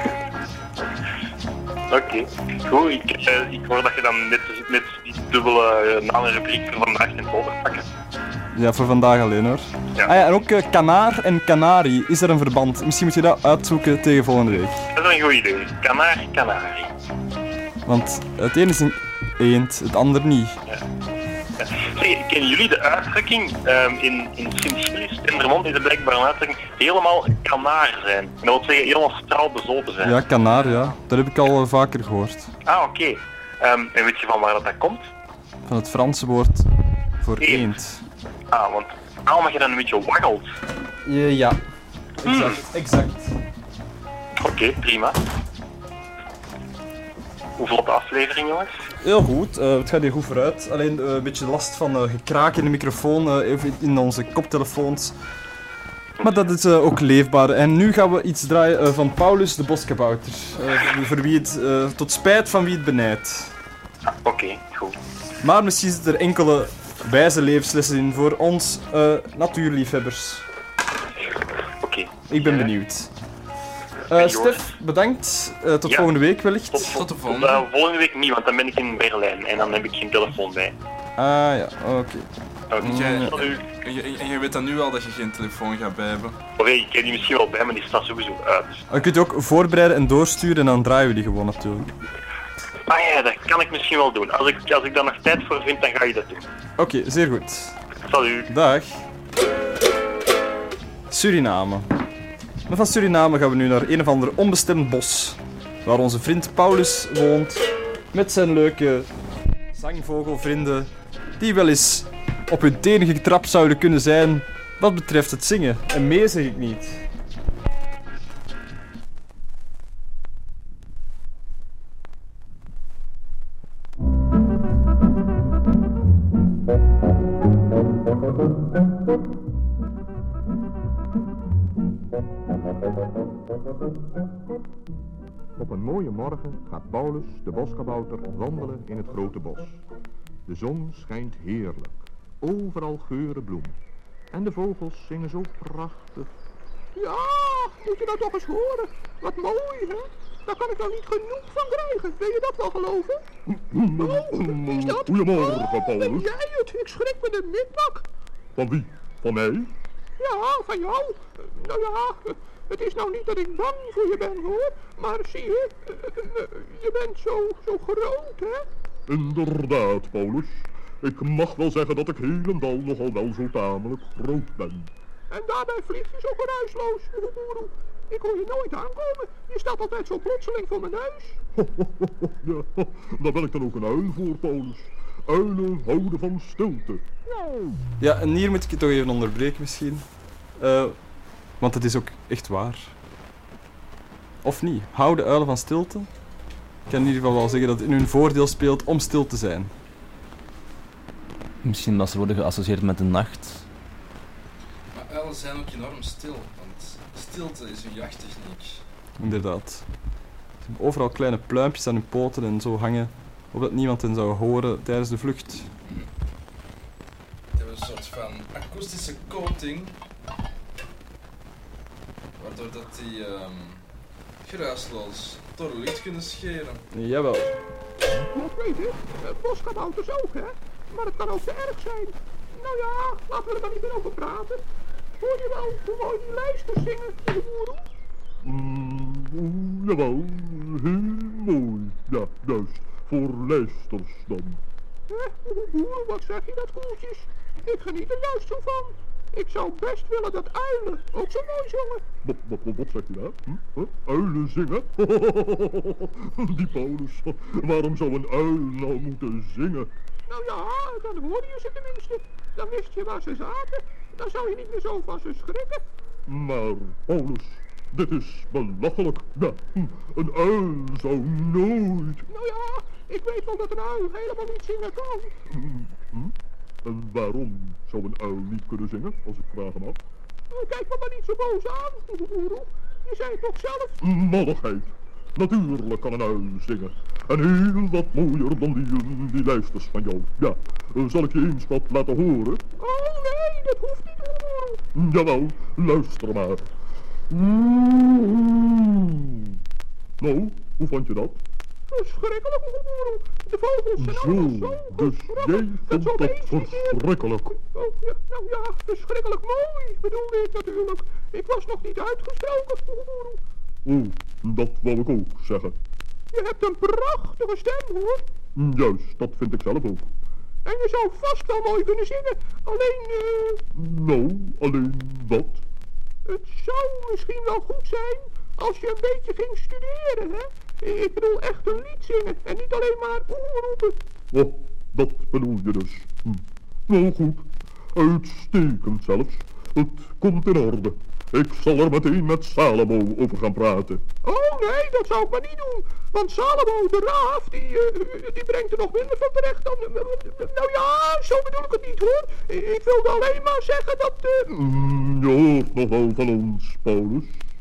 Oké. Goed, ik hoor dat je dan net die dubbele namenrubriek voor vandaag kunt overpakken. Ja, voor vandaag alleen hoor. Ja. Ah ja, en ook kanaar en kanarie. Is er een verband? Misschien moet je dat uitzoeken tegen volgende week. Dat is een goed idee. Kanari. Want het een is een eend, het ander niet. Ja. Zeg, kennen jullie de uitdrukking in Sint-Gilles, Dendermonde is het blijkbaar een uitdrukking helemaal kanaar zijn. En dat wil zeggen helemaal straalbezopen zijn. Ja, kanaar, ja. Dat heb ik al vaker gehoord. Ah, oké. En weet je van waar dat komt? Van het Franse woord voor eend. Ah, want mag je dan een beetje waggelt. Ja. Exact. Oké, prima. Hoe vlot de aflevering, jongens? Heel goed, het gaat hier goed vooruit. Alleen een beetje last van gekraak in de microfoon, even in onze koptelefoons. Maar dat is ook leefbaar. En nu gaan we iets draaien van Paulus de Boskabouter. Voor wie het, tot spijt van wie het benijdt. Oké, goed. Maar misschien zitten er enkele wijze levenslessen in voor ons natuurliefhebbers. Oké. Ik ben benieuwd. Stef, bedankt. Tot volgende week wellicht. Tot de volgende. Volgende week niet, want dan ben ik in Berlijn en dan heb ik geen telefoon bij. Ah ja, oké. En jij weet dan nu al dat je geen telefoon gaat bij hebben? Oké, ik heb die misschien wel bij, maar die staat sowieso uit. Je kunt je ook voorbereiden en doorsturen en dan draaien we die gewoon natuurlijk. Ah ja, dat kan ik misschien wel doen. Als ik daar nog tijd voor vind, dan ga je dat doen. Oké, zeer goed. Salut. Dag. Suriname. Maar van Suriname gaan we nu naar een of ander onbestemd bos, waar onze vriend Paulus woont, met zijn leuke zangvogelvrienden, die wel eens op hun tenen getrapt zouden kunnen zijn wat betreft het zingen. En meer zeg ik niet. Op een mooie morgen gaat Paulus, de boskabouter, wandelen in het grote bos. De zon schijnt heerlijk. Overal geuren bloemen. En de vogels zingen zo prachtig. Ja, moet je nou toch eens horen. Wat mooi, hè? Daar kan ik nou niet genoeg van krijgen. Wil je dat wel geloven? Wie is dat? Goedemorgen, Paulus. Ben jij het? Ik schrik me de mikmak. Van wie? Van mij? Ja, van jou. Nou ja, het is nou niet dat ik bang voor je ben, hoor. Maar zie je, je bent zo groot, hè? Inderdaad, Paulus. Ik mag wel zeggen dat ik helemaal nogal wel zo tamelijk groot ben. En daarbij vlieg je zo geruisloos, Oehoeboeroe. Ik hoor je nooit aankomen. Je staat altijd zo plotseling voor mijn neus. Ja, daar ben ik dan ook een uil voor, Paulus. Uilen houden van stilte. Ja, en hier moet ik je toch even onderbreken misschien. Want het is ook echt waar. Of niet? Houden uilen van stilte? Ik kan in ieder geval wel zeggen dat het in hun voordeel speelt om stil te zijn. Misschien omdat ze worden geassocieerd met de nacht. Maar uilen zijn ook enorm stil, want stilte is een jachttechniek. Inderdaad. Ze hebben overal kleine pluimpjes aan hun poten en zo hangen, opdat niemand hen zou horen tijdens de vlucht. Ze hebben een soort van akoestische coating, waardoor dat die geruisloos door de lucht kunnen scheren. Jawel. Ik weet het, boskabouters ook, hè? Maar het kan ook te erg zijn. Nou ja, laten we er maar niet meer over praten. Hoor je wel hoe mooi die lijsters zingen, Oehoeboeroe? Jawel, heel mooi. Ja, juist. Voor lijsters dan. Oehoeboeroe, wat zeg je dat, koeltjes? Ik geniet er juist zo van. Ik zou best willen dat uilen ook zo mooi zongen. Wat zeg je daar? Uilen zingen? Die Paulus, waarom zou een uil nou moeten zingen? Nou ja, dan hoorde je ze tenminste. Dan wist je waar ze zaten. Dan zou je niet meer zo van ze schrikken. Maar, Paulus, dit is belachelijk. Ja, een uil zou nooit... Nou ja, ik weet wel dat een uil helemaal niet zingen kan. En waarom zou een uil niet kunnen zingen, als ik vragen mag? Kijk me maar niet zo boos aan, Oehoeboeroe. Je zei het toch zelf? Malligheid. Natuurlijk kan een uil zingen. En heel wat mooier dan die lijsters van jou. Ja, zal ik je eens wat laten horen? Oh nee, dat hoeft niet, Oehoeboeroe. Jawel, luister maar. Nou, hoe vond je dat? Verschrikkelijk, Oehoeboeroe. De vogels zijn allemaal zo dus jij vond dat verschrikkelijk. Oh ja, nou ja, verschrikkelijk mooi, bedoelde ik natuurlijk. Ik was nog niet uitgesproken, Oehoeboeroe. Oh, dat wou ik ook zeggen. Je hebt een prachtige stem, hoor. Juist, dat vind ik zelf ook. En je zou vast wel mooi kunnen zingen, alleen Nou, alleen wat? Het zou misschien wel goed zijn als je een beetje ging studeren, hè? Ik bedoel echt een lied zingen en niet alleen maar roepen. Oh, dat bedoel je dus. Nou goed, uitstekend zelfs. Het komt in orde. Ik zal er meteen met Salomo over gaan praten. Oh nee, dat zou ik maar niet doen. Want Salomo de raaf, die brengt er nog minder van terecht dan... Nou ja, zo bedoel ik het niet, hoor. Ik wilde alleen maar zeggen dat... Je hoort nog wel van ons, Paulus.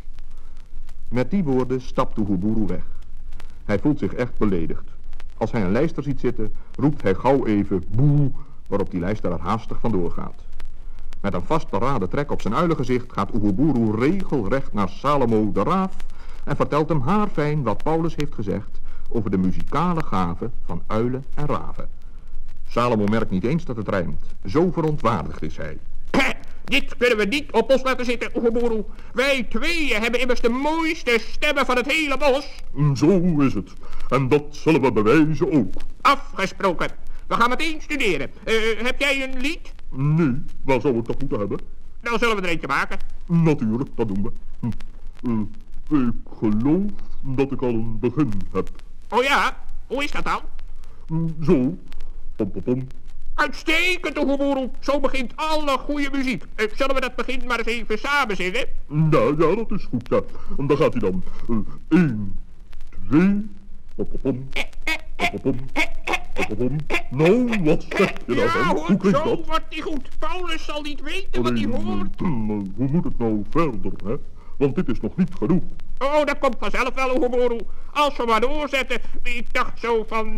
Met die woorden stapt Oehoeboeroe weg. Hij voelt zich echt beledigd. Als hij een lijster ziet zitten, roept hij gauw even boe, waarop die lijster er haastig vandoor gaat. Met een vastberaden trek op zijn uilengezicht gaat Oehoeboeroe regelrecht naar Salomo de raaf en vertelt hem haarfijn wat Paulus heeft gezegd over de muzikale gaven van uilen en raven. Salomo merkt niet eens dat het rijmt. Zo verontwaardigd is hij. Dit kunnen we niet op ons laten zitten, Oehoeboeroe. Wij tweeën hebben immers de mooiste stemmen van het hele bos. Zo is het. En dat zullen we bewijzen ook. Afgesproken. We gaan meteen studeren. Heb jij een lied? Nee, waar zou ik dat moeten hebben? Dan zullen we er eentje maken. Natuurlijk, dat doen we. Ik geloof dat ik al een begin heb. Oh ja? Hoe is dat dan? Zo. Pom pom pom. Uitstekend, Oehoeboeroe. Zo begint alle goede muziek. Zullen we dat begin maar eens even samen zingen? Ja, dat is goed, ja. En daar gaat hij dan. 1, 2, pom pom pom. Pom pom pom. Nou, wat zeg je nou dan? Hoe klinkt dat? Zo wordt die goed. Paulus zal niet weten wat hij hoort. Hoe moet het nou verder, hè? Want dit is nog niet genoeg. Oh, dat komt vanzelf wel, Oegeboeroe. Als we maar doorzetten. Ik dacht zo van...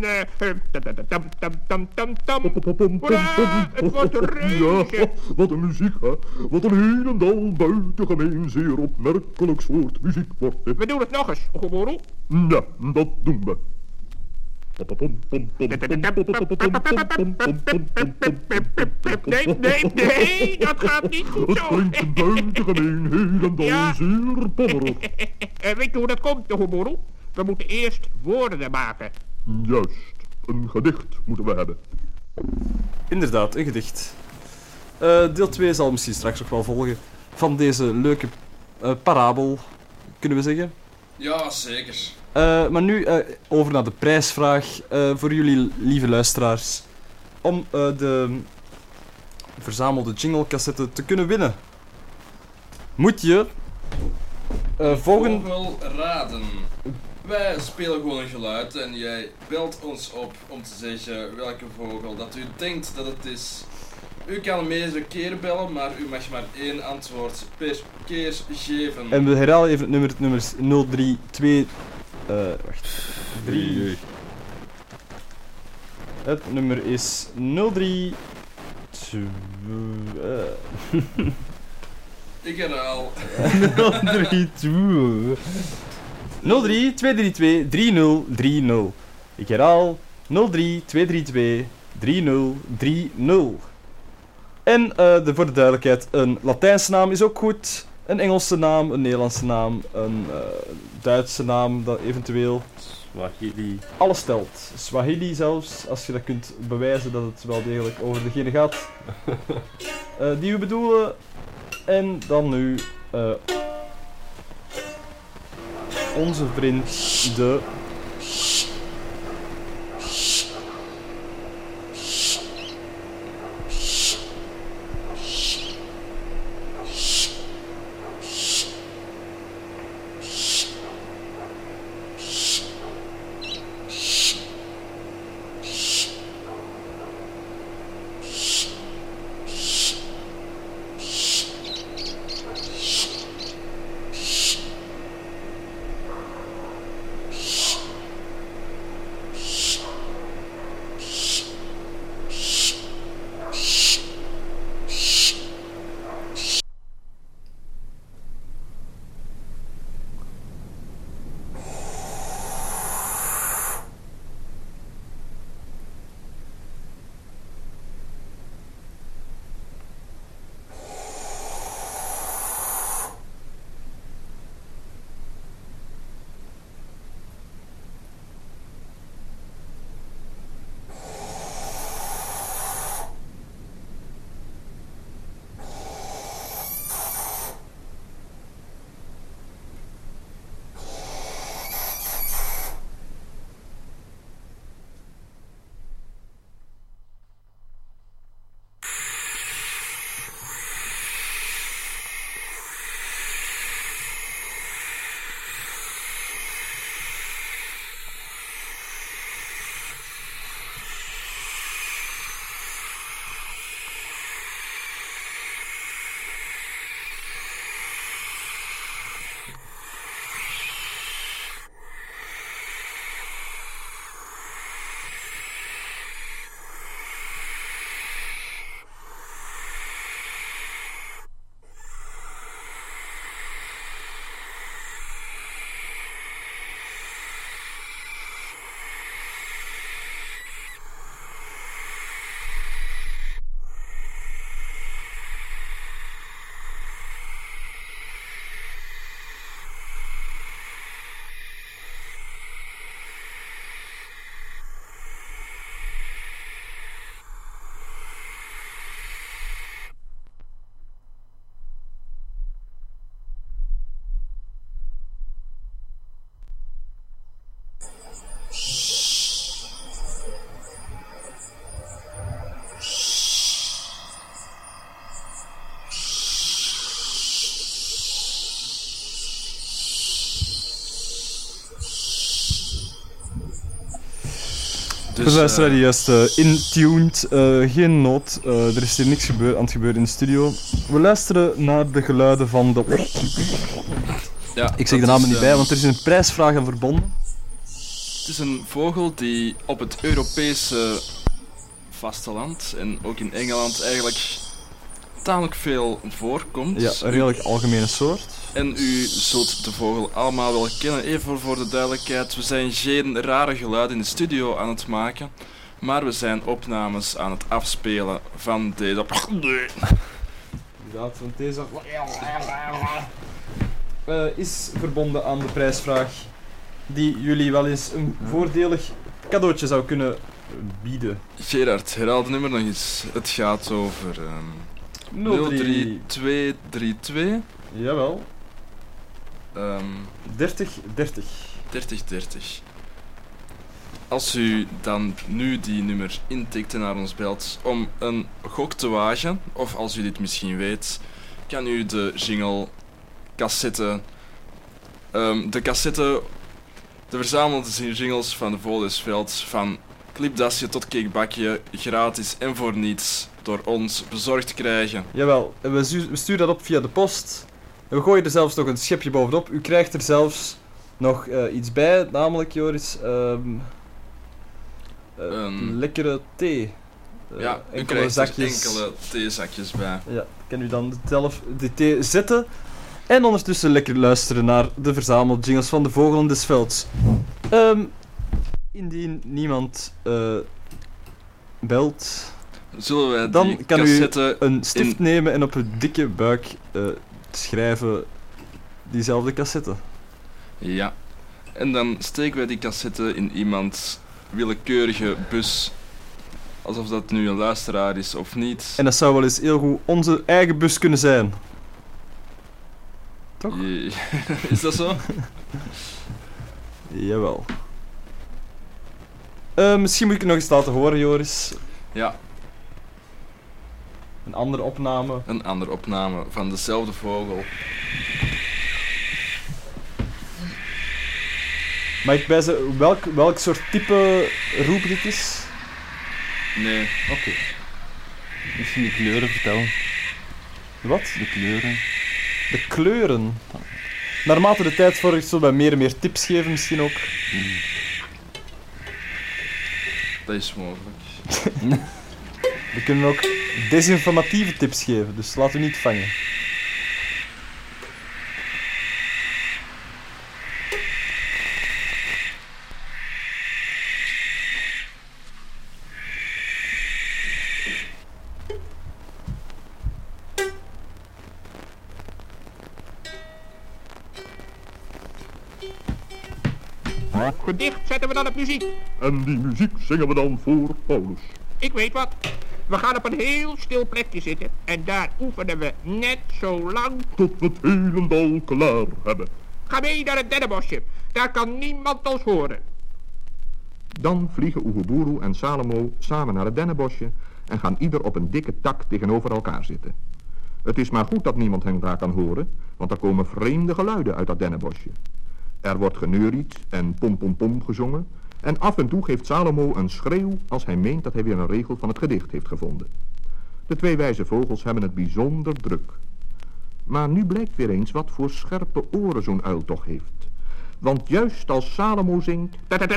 Hoera, het wordt reuze. Ja, wat een muziek, hè. Wat een helemaal buitengemeen zeer opmerkelijk soort muziek wordt dit. We doen het nog eens, Oegeboeroe. Ja, dat doen we. Nee, dat gaat niet goed Het zo. klinkt buitengemeen helemaal zeer pommerig. Weet je hoe dat komt, Oegeboeroe? We moeten eerst woorden maken. Juist, een gedicht moeten we hebben. Inderdaad, een gedicht. Deel 2 zal misschien straks ook wel volgen van deze leuke parabel, kunnen we zeggen. Ja, zeker. Maar nu over naar de prijsvraag voor jullie lieve luisteraars. Om de verzamelde jingle-cassette te kunnen winnen, moet je Vogel raden. Wij spelen gewoon een geluid en jij belt ons op om te zeggen welke vogel dat u denkt dat het is. U kan meerdere keren bellen, maar u mag maar 1 antwoord per keer geven. En we herhalen even het nummer is 032... wacht. 3... Het nummer is 032... Ik herhaal. 032... 03 232 3030. Ik herhaal 03 232 3030. En voor de duidelijkheid, een Latijnse naam is ook goed. Een Engelse naam, een Nederlandse naam, een Duitse naam, dat eventueel. Swahili. Alles telt. Swahili zelfs, als je dat kunt bewijzen dat het wel degelijk over degene gaat die we bedoelen. En dan nu onze vriend de... Dus, we luisteren die juist intuned, geen nood, er is hier niks aan het gebeuren in de studio. We luisteren naar de geluiden van de... Ja, Ik zeg de namen niet bij, want er is een prijsvraag aan verbonden. Het is een vogel die op het Europese vasteland en ook in Engeland eigenlijk tamelijk veel voorkomt. Ja, een redelijk algemene soort. En u zult de vogel allemaal wel kennen. Even voor de duidelijkheid, we zijn geen rare geluiden in de studio aan het maken, maar we zijn opnames aan het afspelen van deze... Inderdaad, want deze is verbonden aan de prijsvraag die jullie wel eens een voordelig cadeautje zou kunnen bieden. Gerard, herhaal het nummer nog eens. Het gaat over 03232. Jawel. 30. Als u dan nu die nummer intikt en naar ons belt om een gok te wagen, of als u dit misschien weet, kan u de jingle, cassette, de verzamelde jingles van de Volesveld, van clipdasje tot cakebakje, gratis en voor niets, door ons bezorgd krijgen. Jawel, we sturen dat op via de post. We gooien er zelfs nog een schepje bovenop. U krijgt er zelfs nog iets bij, namelijk, Joris, lekkere thee. Ja, u enkele krijgt zakjes. enkele theezakjes bij. Ja, kan u dan zelf de thee zetten en ondertussen lekker luisteren naar de verzamelde jingles van de Vogelen des Velds. Indien niemand belt, zullen wij dan die kan u cassette een stift nemen en op uw dikke buik schrijven diezelfde cassette. Ja, en dan steken wij die cassette in iemands willekeurige bus. Alsof dat nu een luisteraar is of niet. En dat zou wel eens heel goed onze eigen bus kunnen zijn. Toch? Is dat zo? Jawel. Misschien moet ik het nog eens laten horen, Joris. Ja. Een andere opname. Een andere opname van dezelfde vogel. Mag ik bij ze welk soort type roep dit is? Nee. Oké. Misschien de kleuren vertellen. Wat? De kleuren. De kleuren? Naarmate de tijd vordert zullen wij meer en meer tips geven misschien ook. Dat is mogelijk. We kunnen ook desinformatieve tips geven, dus laat u niet vangen. Gedicht zetten we dan op muziek. En die muziek zingen we dan voor Paulus. Ik weet wat. We gaan op een heel stil plekje zitten. En daar oefenen we net zo lang tot we het helemaal klaar hebben. Ga mee naar het dennenbosje. Daar kan niemand ons horen. Dan vliegen Oeguburu en Salomo samen naar het dennenbosje en gaan ieder op een dikke tak tegenover elkaar zitten. Het is maar goed dat niemand hen daar kan horen, want er komen vreemde geluiden uit dat dennenbosje. Er wordt geneuried en pom pom pom gezongen en af en toe geeft Salomo een schreeuw als hij meent dat hij weer een regel van het gedicht heeft gevonden. De twee wijze vogels hebben het bijzonder druk. Maar nu blijkt weer eens wat voor scherpe oren zo'n uil toch heeft. Want juist als Salomo zingt,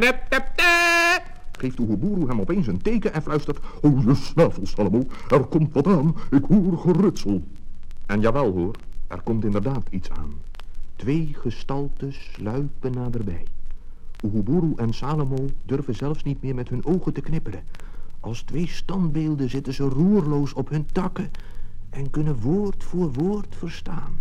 geeft Oeguburu hem opeens een teken en fluistert, "Hou je snavel, Salomo, er komt wat aan, ik hoor gerutsel." En jawel hoor, er komt inderdaad iets aan. Twee gestalten sluipen naderbij. Oeguburu en Salomo durven zelfs niet meer met hun ogen te knipperen. Als twee standbeelden zitten ze roerloos op hun takken en kunnen woord voor woord verstaan.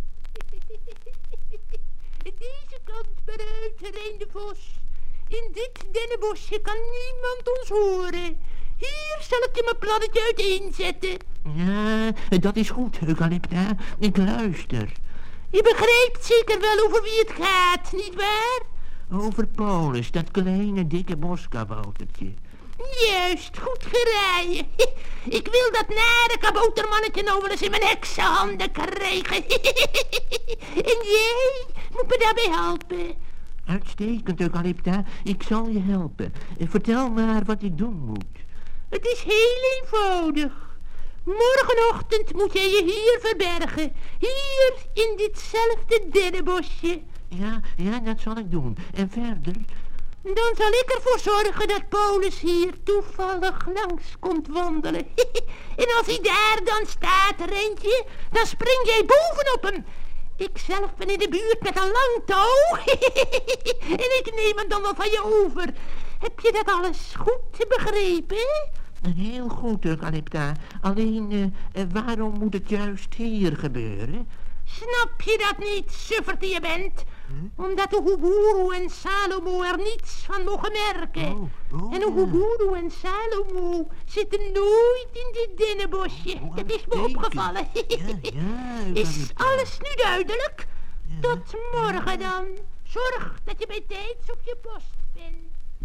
Deze kant vooruit, Rein de Vos. In dit dennenbosje kan niemand ons horen. Hier zal ik je mijn plannetje uiteenzetten. Ja, dat is goed, Eucalypta. Ik luister. Je begrijpt zeker wel over wie het gaat, nietwaar? Over Paulus, dat kleine dikke boskaboutertje. Juist, goed geraaien. Ik wil dat nare kaboutermannetje nou wel eens in mijn heksenhanden krijgen. En jij moet me daarbij helpen. Uitstekend, Eucalypta. Ik zal je helpen. Vertel maar wat ik doen moet. Het is heel eenvoudig. Morgenochtend moet jij je hier verbergen. Hier in ditzelfde dennenbosje. Ja, dat zal ik doen. En verder? Dan zal ik ervoor zorgen dat Paulus hier toevallig langs komt wandelen. En als hij daar dan staat, Rentje, dan spring jij bovenop hem. Ik zelf ben in de buurt met een lang touw. En ik neem hem dan wel van je over. Heb je dat alles goed begrepen? Heel goed, Eucalypta. Alleen, waarom moet het juist hier gebeuren? Snap je dat niet, sufferd die je bent? Omdat de Oeguru en Salomo er niets van mogen merken. En de Oeguru en Salomo zitten nooit in dit dennenbosje. Dat is me opgevallen. Is alles nu duidelijk? Tot morgen dan. Zorg dat je bij tijds op je post bent.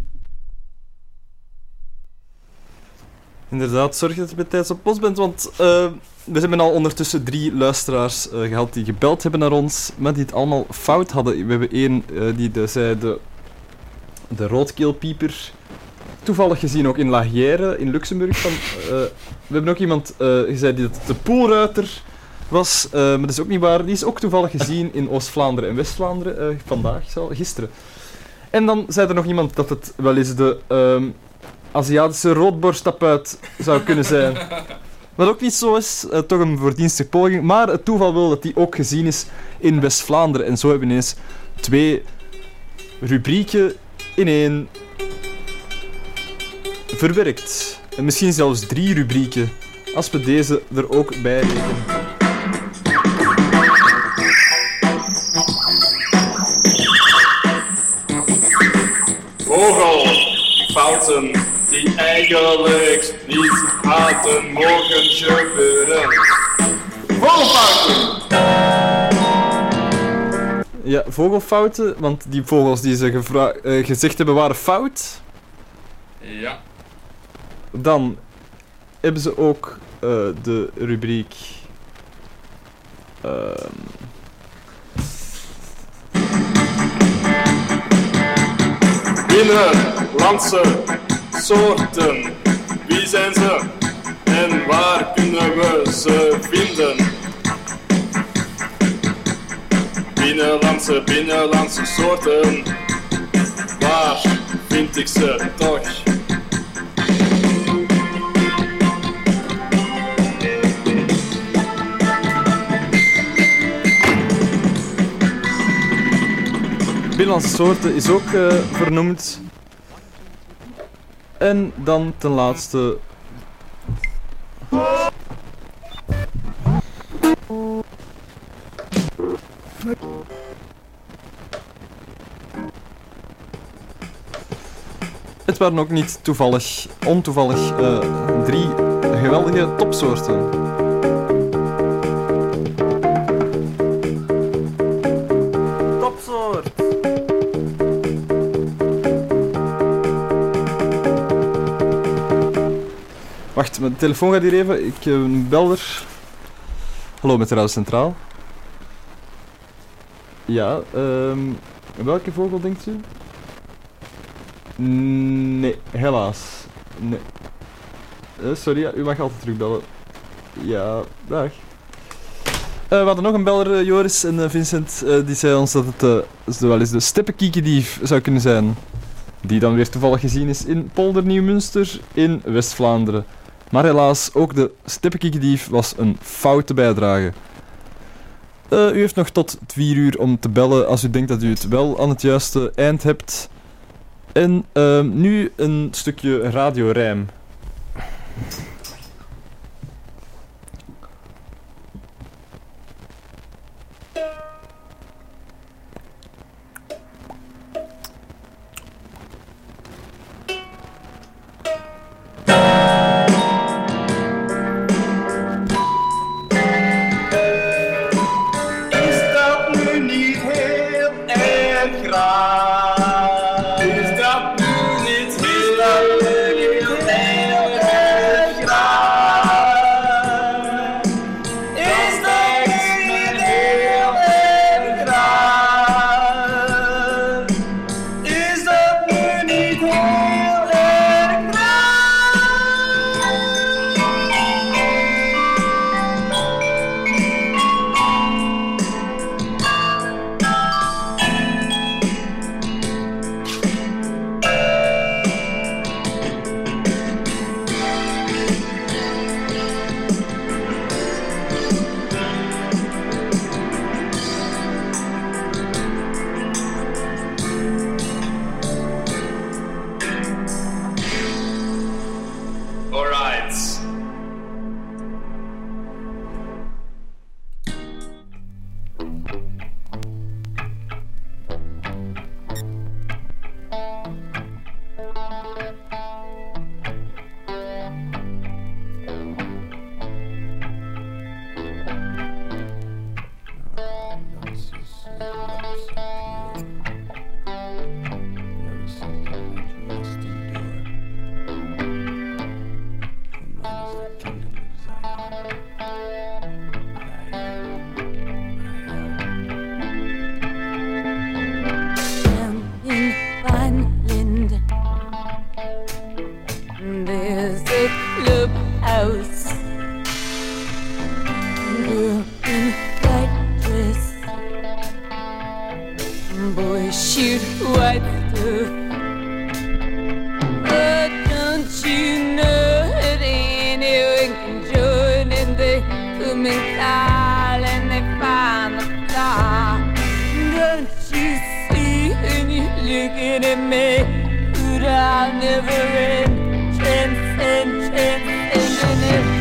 Inderdaad, zorg dat je bij tijds op post bent, want we hebben al ondertussen 3 luisteraars gehad die gebeld hebben naar ons, maar die het allemaal fout hadden. We hebben één die zei de roodkeelpieper toevallig gezien ook in La Guerre in Luxemburg. We hebben ook iemand gezegd die het de poelruiter was, maar dat is ook niet waar. Die is ook toevallig gezien in Oost-Vlaanderen en West-Vlaanderen, gisteren. En dan zei er nog iemand dat het wel eens de Aziatische roodborsttapuit zou kunnen zijn. Wat ook niet zo is, toch een verdienstige poging, maar het toeval wil dat die ook gezien is in West-Vlaanderen. En zo hebben we ineens 2 rubrieken in 1 verwerkt. En misschien zelfs 3 rubrieken, als we deze er ook bij rekenen. Vogelfouten die eigenlijk niet hadden mogen gebeuren. Vogelfouten! Ja, vogelfouten, want die vogels die ze gezegd hebben waren fout. Ja. Dan hebben ze ook de rubriek binnenlandse soorten. Wie zijn ze en waar kunnen we ze vinden? Binnenlandse soorten. Waar vind ik ze toch? Binnenlandse soorten is ook vernoemd. En dan ten laatste... Het waren ook niet ontoevallig 3 geweldige topsoorten. Topsoort! Wacht, mijn telefoon gaat hier even. Ik heb een belder. Hallo, met de Radio Centraal. Ja, welke vogel denkt u? Nee, helaas. Nee. Sorry, ja, u mag altijd terugbellen. Ja, dag. We hadden nog een beller, Joris en Vincent, die zei ons dat het wel eens de steppenkiekedief zou kunnen zijn. Die dan weer toevallig gezien is in Polder Nieuwmünster in West-Vlaanderen. Maar helaas, ook de steppenkiekedief was een foute bijdrage. U heeft nog tot 4 uur om te bellen als u denkt dat u het wel aan het juiste eind hebt. En nu een stukje radiorijm. Is dat nu niet heel erg living in me, but I'll never end. Transcending it.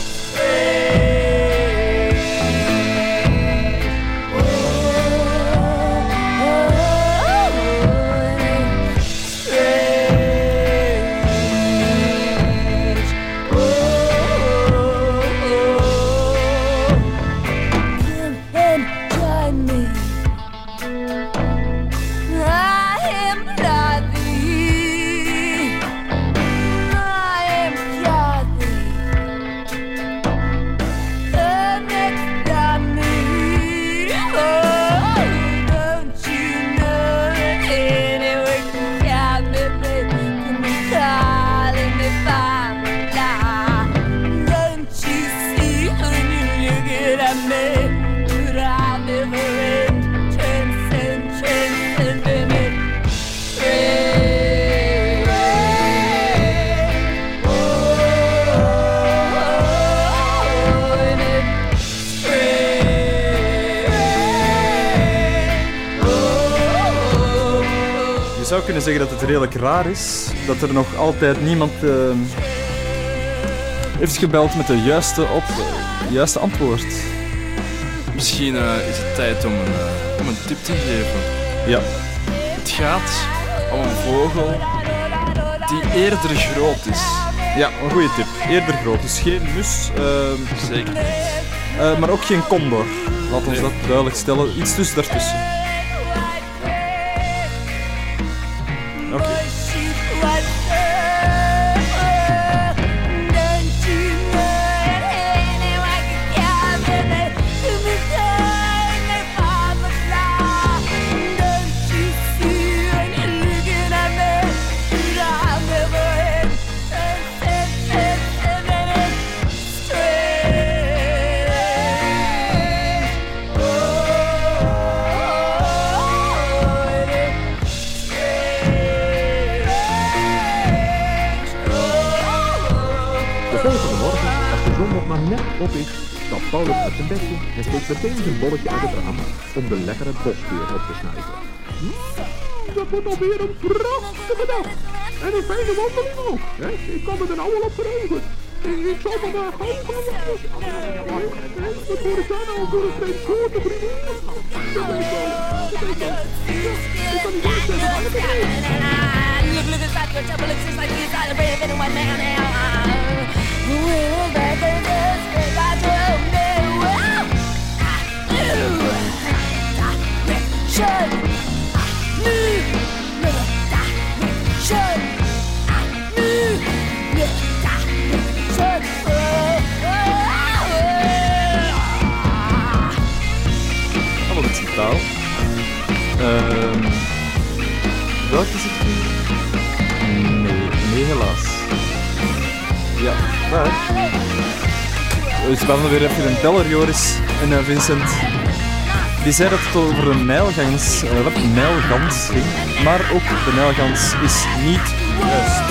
Je zou kunnen zeggen dat het redelijk raar is dat er nog altijd niemand heeft gebeld met de juiste antwoord. Misschien is het tijd om een tip te geven. Ja. Het gaat om een vogel die eerder groot is. Ja, een goede tip. Eerder groot. Dus geen mus. Zeker niet. Maar ook geen condor. Laat ons dat duidelijk stellen. Iets tussen daartussen. Oké. Net op is, stapt Paulus uit zijn bedje en steekt meteen zijn bolletje uit het raam om de lekkere bosbeer op te snuiven. Dat wordt alweer een prachtige dag. En een fijne wandeling ook. Hè? Ik kan me er nou al op verheugen. Ik zal vandaag gauw gaan wandelen. Wat hoor ik daar nou voor een vreemd soort te vrienden? Dat weet ik wel. Dat weet ik wel. Ja, ik kan niet weten dat het Look at that, your trouble looks just like you got a brave and one man now. We're back in this big I don't know. Direction. New direction. New direction. Hallo, dit is een taal. Welke is het hier? Nee, helaas. Ja, daar. We spannen weer even een teller, Joris en Vincent. Die zei dat het over een nijlgans ging, maar ook de nijlgans is niet juist.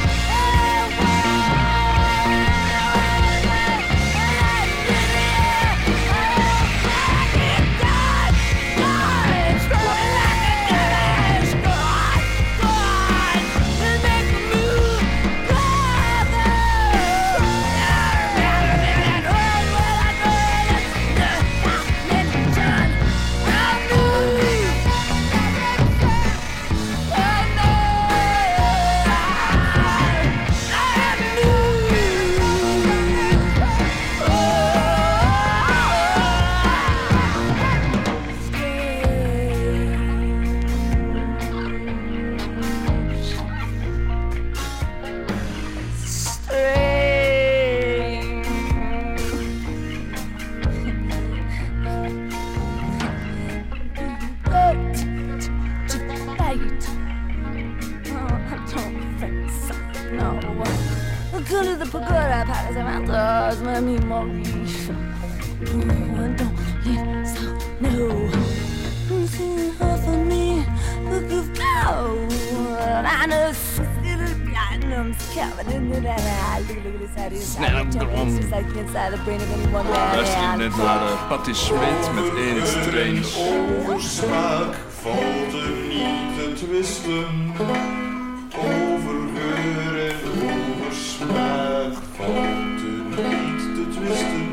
Luister je net naar Patti Smith met Ain't Strange. Oversmaak valt er niet twisten. Over geur en over smaak valt er niet te twisten.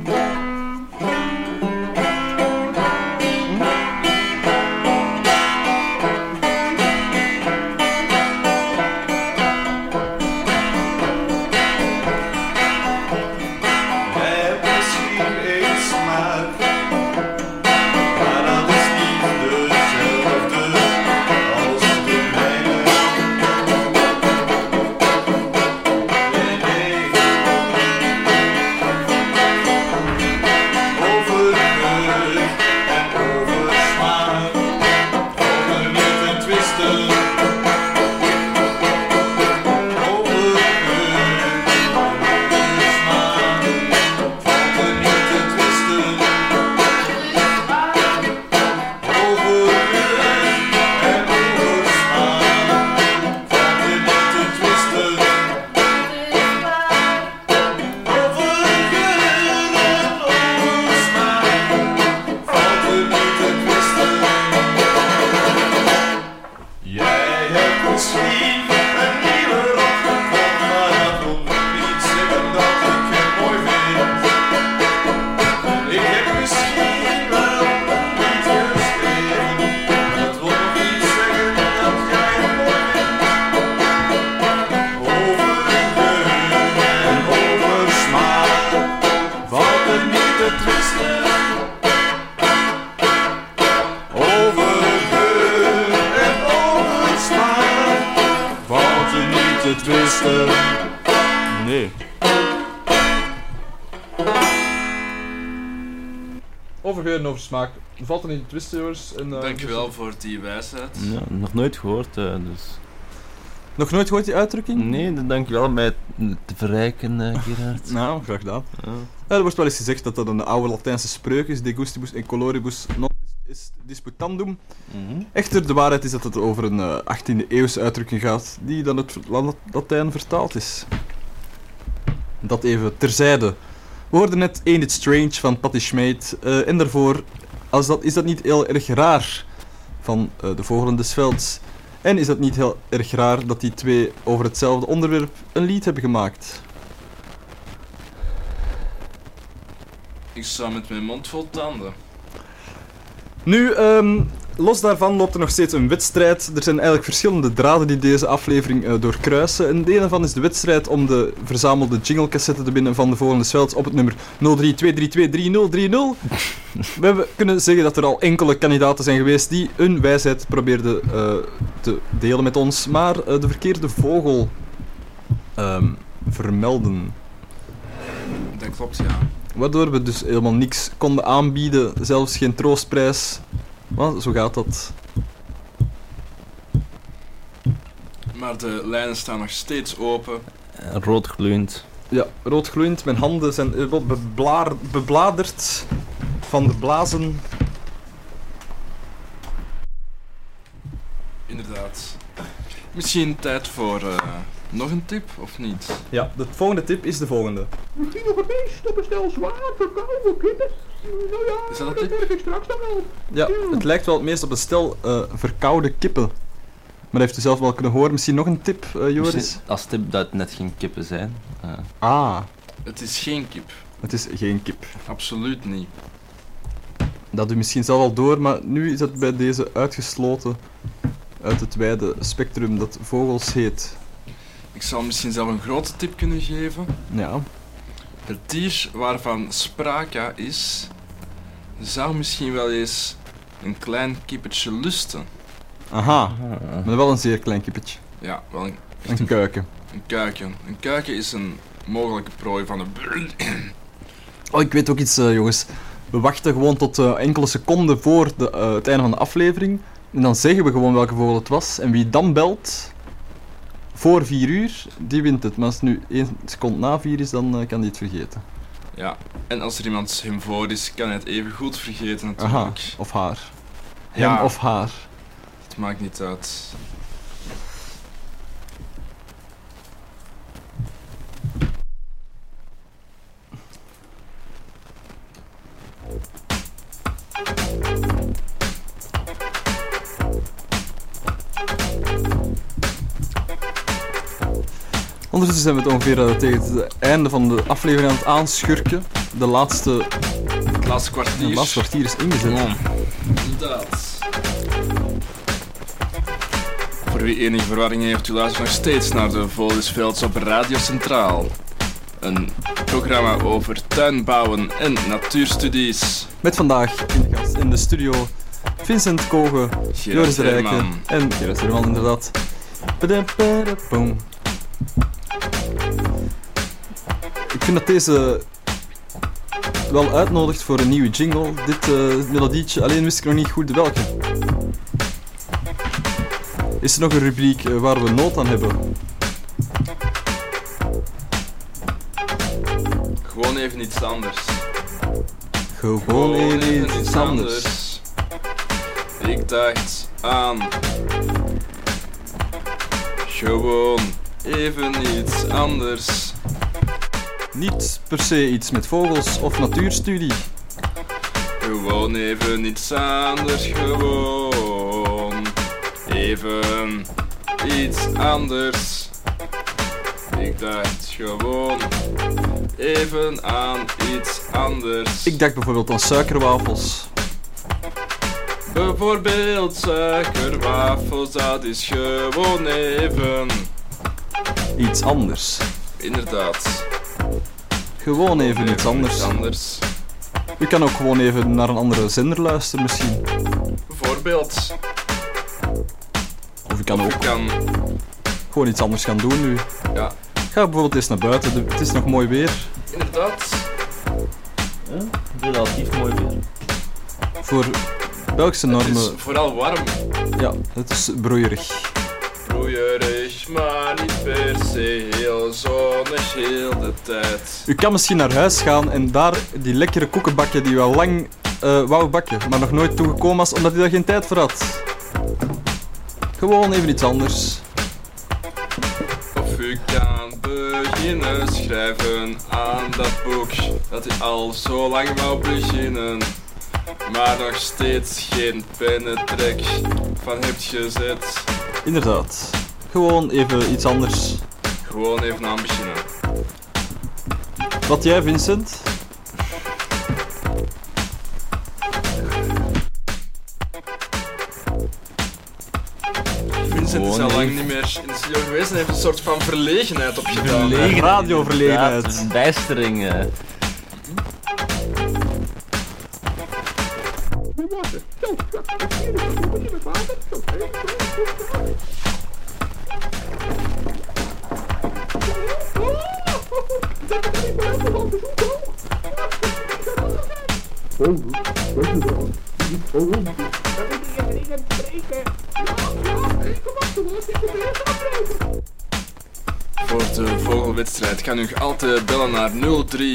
Nee. Over geur en over smaak. Valt er niet te twisten, jongens. Dankjewel voor die wijsheid. Ja, nog nooit gehoord, dus... Nog nooit gehoord die uitdrukking? Nee, dankjewel om mij te verrijken, Gerard. Nou, graag gedaan. Ja, er wordt wel eens gezegd dat dat een oude Latijnse spreuk is, de gustibus et coloribus non est disputandum. Echter, de waarheid is dat het over een 18e eeuwse uitdrukking gaat, die dan het Latijn vertaald is. Dat even terzijde. We hoorden net Ain't It Strange van Patti Schmid, en daarvoor is dat niet heel erg raar van de Vogelen des Velds. En is dat niet heel erg raar dat die twee over hetzelfde onderwerp een lied hebben gemaakt? Ik sta met mijn mond vol tanden. Nu, los daarvan loopt er nog steeds een wedstrijd. Er zijn eigenlijk verschillende draden die deze aflevering doorkruisen. En de ene van is de wedstrijd om de verzamelde jinglecassetten te binnen van de Vogelen des Velds op het nummer 0323233030. We kunnen zeggen dat er al enkele kandidaten zijn geweest die hun wijsheid probeerden te delen met ons, maar de verkeerde vogel vermelden. Dat klopt, ja. Waardoor we dus helemaal niks konden aanbieden, zelfs geen troostprijs. Maar zo gaat dat. Maar de lijnen staan nog steeds open. Rood gloeiend. Ja, rood gloeiend. Mijn handen zijn bebladerd van de blazen. Inderdaad. Misschien tijd voor nog een tip, of niet? Ja, de volgende tip is de volgende. Misschien nog een beest op een stel zwaar verkouden kippen. Nou ja, is dat merk ik straks dan wel. Ja, het lijkt wel het meest op een stel verkoude kippen. Maar heeft u zelf wel kunnen horen. Misschien nog een tip, Joris? Misschien als tip dat het net geen kippen zijn. Het is geen kip. Het is geen kip. Absoluut niet. Dat u misschien zelf al door, maar nu is dat bij deze uitgesloten uit het wijde spectrum dat vogels heet. Ik zal misschien zelf een grote tip kunnen geven. Ja. Het dier waarvan sprake is, zou misschien wel eens een klein kippetje lusten. Aha, maar wel een zeer klein kippetje. Ja, wel een kuiken. Een kuiken. Een kuiken is een mogelijke prooi van een Oh, ik weet ook iets, jongens. We wachten gewoon tot enkele seconden voor het einde van de aflevering. En dan zeggen we gewoon welke vogel het was. En wie dan belt voor 4 uur, die wint het. Maar als het nu 1 seconde na 4 is, dan kan die het vergeten. Ja, en als er iemand hem voor is, kan hij het even goed vergeten natuurlijk. Aha, of haar. Ja. Hem of haar. Het maakt niet uit. Ondertussen zijn we het ongeveer tegen het einde van de aflevering aan het aanschurken. De laatste kwartier. Het laatste kwartier is ingezet. Ja, inderdaad. Voor wie enige verwarring heeft, u luistert nog steeds naar de Volisvelds op Radio Centraal. Een programma over tuinbouwen en natuurstudies. Met vandaag in de gast in de studio Vincent Kogen, Joris de Rijken en Gerard Herman inderdaad. Boom. Ik vind dat deze wel uitnodigt voor een nieuwe jingle, dit melodietje, alleen wist ik nog niet goed welke. Is er nog een rubriek waar we nood aan hebben? Gewoon even iets anders. Gewoon even iets anders. Ik dacht aan... Gewoon even iets anders. Niet per se iets met vogels of natuurstudie. Gewoon even iets anders, gewoon even iets anders. Ik dacht gewoon even aan iets anders. Ik dacht bijvoorbeeld aan suikerwafels. Bijvoorbeeld suikerwafels, dat is gewoon even... iets anders. Inderdaad. Gewoon even iets anders. U kan ook gewoon even naar een andere zender luisteren misschien. Bijvoorbeeld. Of u kan gewoon iets anders gaan doen nu. Ja. Ga bijvoorbeeld eens naar buiten, het is nog mooi weer. Inderdaad. Ja, relatief mooi weer. Voor Belgische normen... Het is vooral warm. Ja, het is broeierig. Broeierig, maar niet per se heel zonnig heel de tijd. U kan misschien naar huis gaan en daar die lekkere koeken bakken die u al lang wou bakken, maar nog nooit toegekomen was omdat u daar geen tijd voor had. Gewoon even iets anders. Of u kan beginnen schrijven aan dat boek dat u al zo lang wou beginnen, maar nog steeds geen pennentrek van hebt gezet. Inderdaad. Gewoon even iets anders. Gewoon even aan beginnen. Wat jij, Vincent? Vincent is al lang niet meer in de studio geweest en heeft een soort van verlegenheid opgedaan. Radioverlegenheid. Ja, verbijstering. Voor de vogelwedstrijd kan u altijd bellen naar 03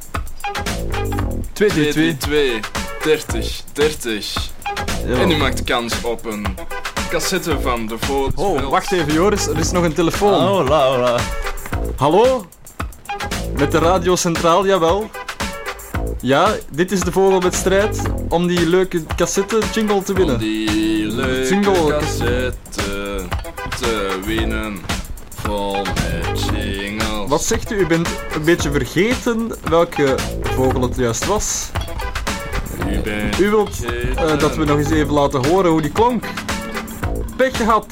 222 30 30. Ja. En u maakt kans op een cassette van de Vogelwedstrijd. Oh, wacht even Joris, er is nog een telefoon. Oh, hola. Hallo? Met de Radio Centraal, jawel. Ja, dit is de Vogelwedstrijd om die leuke cassette jingle te winnen. Om die leuke cassette te winnen. Vol met jingles. Wat zegt u? U bent een beetje vergeten welke vogel het juist was. U wilt dat we nog eens even laten horen hoe die klonk. Pech gehad.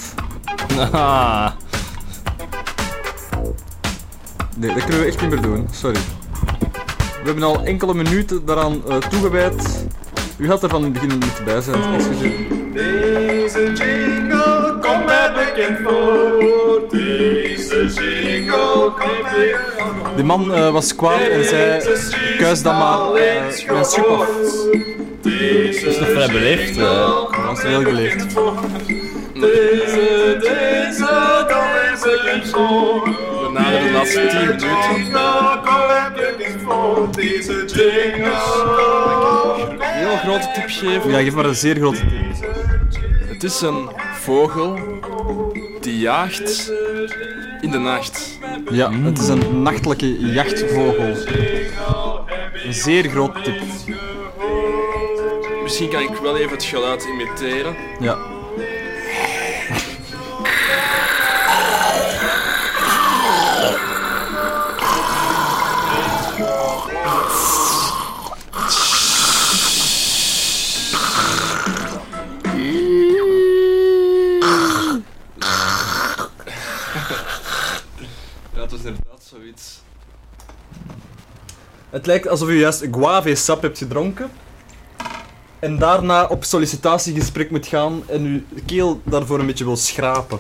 Nee, dat kunnen we echt niet meer doen. Sorry. We hebben al enkele minuten daaraan toegewijd. U had er van het begin niet bij zijn, als gezien. Deze jingle komt mij bekend voor. Deze jingle komt mij bekend. De man was kwaad en zei: kuis dan maar mijn schip af. Dat is nog vrij beleefd. Dat was heel geleefd. Deze We naderen de laatste 10 minuten. Een heel grote tip geven. Ja, geef maar een zeer grote tip. Het is een vogel die jaagt in de nacht. Ja, het is een nachtelijke jachtvogel. Een zeer grote tip. Misschien kan ik wel even het geluid imiteren. Ja. dat is inderdaad zoiets. Het lijkt alsof u juist guave-sap hebt gedronken. En daarna op sollicitatiegesprek moet gaan en uw keel daarvoor een beetje wil schrapen.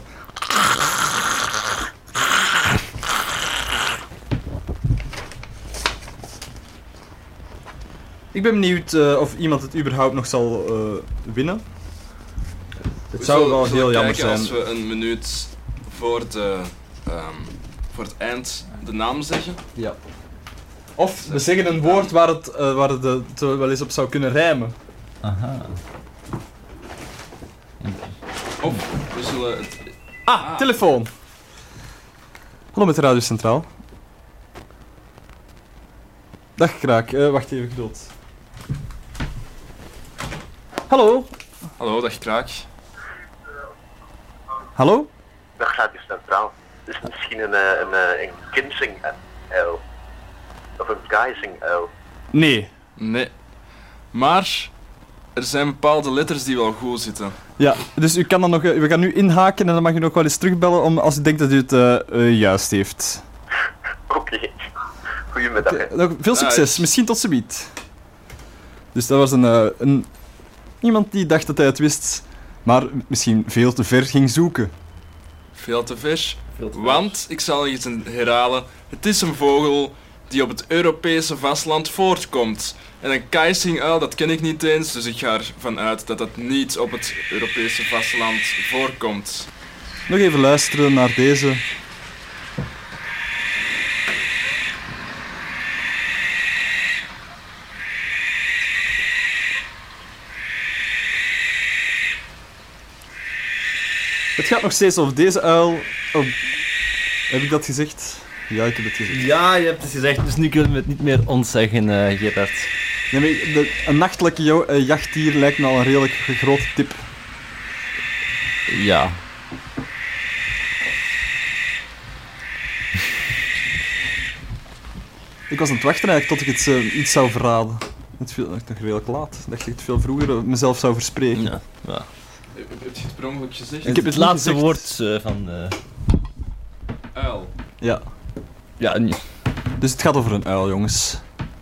Ik ben benieuwd of iemand het überhaupt nog zal winnen. Het zou wel heel jammer zijn. Als we een minuut voor het eind de naam zeggen. Ja. Of we zeggen een woord waar het wel eens op zou kunnen rijmen. Aha. Of we zullen het... Telefoon. Hallo met de Radio Centraal. Dag Kraak, wacht even geduld. Hallo? Hallo, dag Kraak. Hallo? Dag Radio Centraal. Dus misschien een kinzing-uil. Of een geizing-uil. Nee. Nee. Maar er zijn bepaalde letters die wel goed zitten. Ja, dus u kan dan nog, we gaan nu inhaken en dan mag u nog wel eens terugbellen als u denkt dat u het juist heeft. Oké. Goedemiddag. Veel succes, misschien tot ziens. Dus dat was iemand die dacht dat hij het wist, maar misschien veel te ver ging zoeken. Veel te ver. Want, ik zal eens herhalen, het is een vogel die op het Europese vasteland voortkomt. En een keizinguil, dat ken ik niet eens, dus ik ga ervan uit dat dat niet op het Europese vasteland voorkomt. Nog even luisteren naar deze. Het gaat nog steeds over deze uil. Oh. Heb ik dat gezegd? Ja, ik heb het gezegd. Ja, je hebt het gezegd, dus nu kunnen we het niet meer ontzeggen, Gerard. Nee, maar een nachtelijke jachtdier lijkt me al een redelijk grote tip. Ja. Ik was aan het wachten eigenlijk tot ik het iets zou verraden. Het viel nog redelijk laat. Ik dacht dat ik het veel vroeger mezelf zou verspreken. Ja. Heb je het per ongeluk gezegd? Ik heb het laatste woord van uil. Ja. Ja, dus het gaat over een uil, jongens.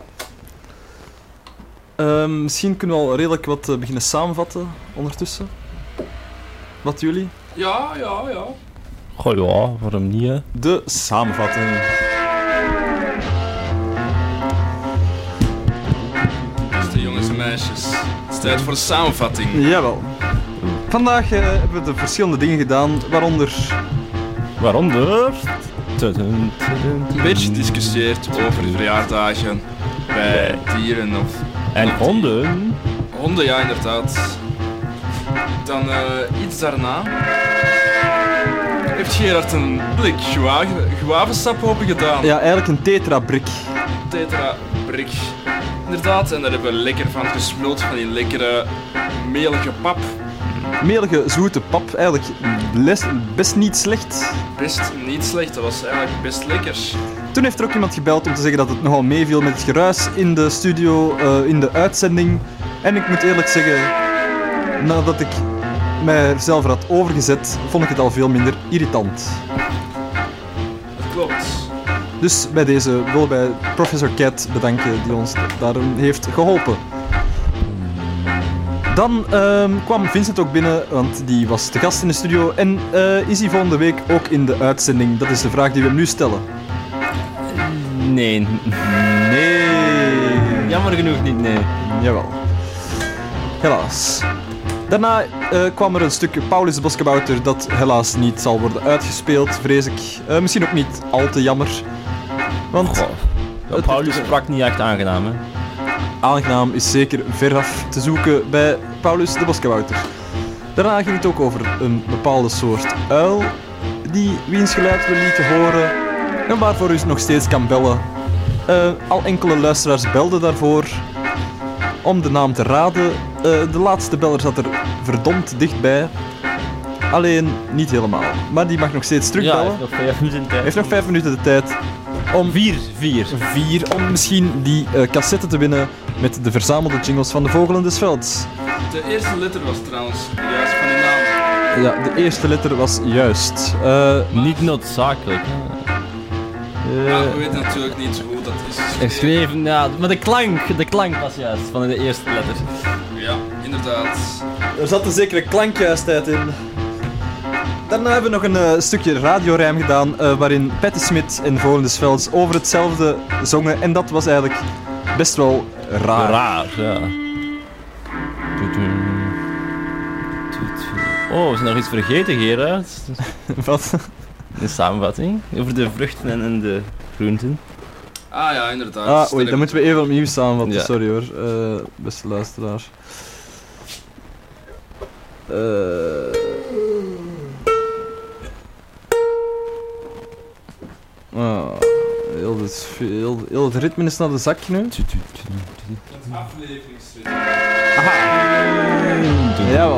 Misschien kunnen we al redelijk wat beginnen samenvatten ondertussen. Wat jullie? Ja. Goh ja, waarom niet, hè? De samenvatting. Beste jongens en meisjes, het is tijd voor de samenvatting. Jawel. Vandaag hebben we de verschillende dingen gedaan, waaronder... Een beetje gediscussieerd over verjaardagen bij dieren of... En honden. Honden, ja, inderdaad. Dan iets daarna heeft Gerard een blik guavesap open gedaan. Ja, eigenlijk een tetra-brik. Tetra-brik. Inderdaad, en daar hebben we lekker van gesmuld, van die lekkere melige pap. Melige, zoete pap, eigenlijk best niet slecht. Best niet slecht, dat was eigenlijk best lekker. Toen heeft er ook iemand gebeld om te zeggen dat het nogal meeviel met het geruis in de studio, in de uitzending. En ik moet eerlijk zeggen, nadat ik mijzelf had overgezet, vond ik het al veel minder irritant. Dat klopt. Dus bij deze willen wij Professor Cat bedanken die ons daarin heeft geholpen. Dan kwam Vincent ook binnen, want die was te gast in de studio. En is hij volgende week ook in de uitzending? Dat is de vraag die we hem nu stellen. Nee. Jammer genoeg niet, nee. Jawel. Helaas. Daarna kwam er een stuk Paulus de Boskabouter dat helaas niet zal worden uitgespeeld, vrees ik. Misschien ook niet al te jammer. Want... Paulus sprak niet echt aangenaam, hè? Aangenaam is zeker veraf te zoeken bij Paulus de Boskabouter. Daarna ging het ook over een bepaalde soort uil, wiens geluid we lieten horen en waarvoor u nog steeds kan bellen. Al enkele luisteraars belden daarvoor om de naam te raden. De laatste beller zat er verdomd dichtbij. Alleen niet helemaal. Maar die mag nog steeds terugbellen. Ja, hij heeft nog 5 minuten de tijd. Om 4 om misschien die cassette te winnen met de verzamelde jingles van de Vogelen des Velds. De eerste letter was trouwens juist van die naam. Ja, de eerste letter was juist. Niet noodzakelijk. Ja, we weten natuurlijk niet hoe dat is geschreven. Ja, maar de klank was juist van de eerste letter. Ja, inderdaad. Er zat een zekere klankjuistheid in. Daarna hebben we nog een stukje radiorijm gedaan waarin Patti Smith en Volendesvels over hetzelfde zongen en dat was eigenlijk best wel raar. Raar, ja. Oh, we zijn nog iets vergeten, Gerard. Wat? Een samenvatting over de vruchten en de groenten. Ah ja, inderdaad. Oei, dan moeten we even opnieuw samenvatten, Ja. sorry hoor, beste luisteraar. Heel het ritme is naar de zak nu. Afleveringsritme. Jawel.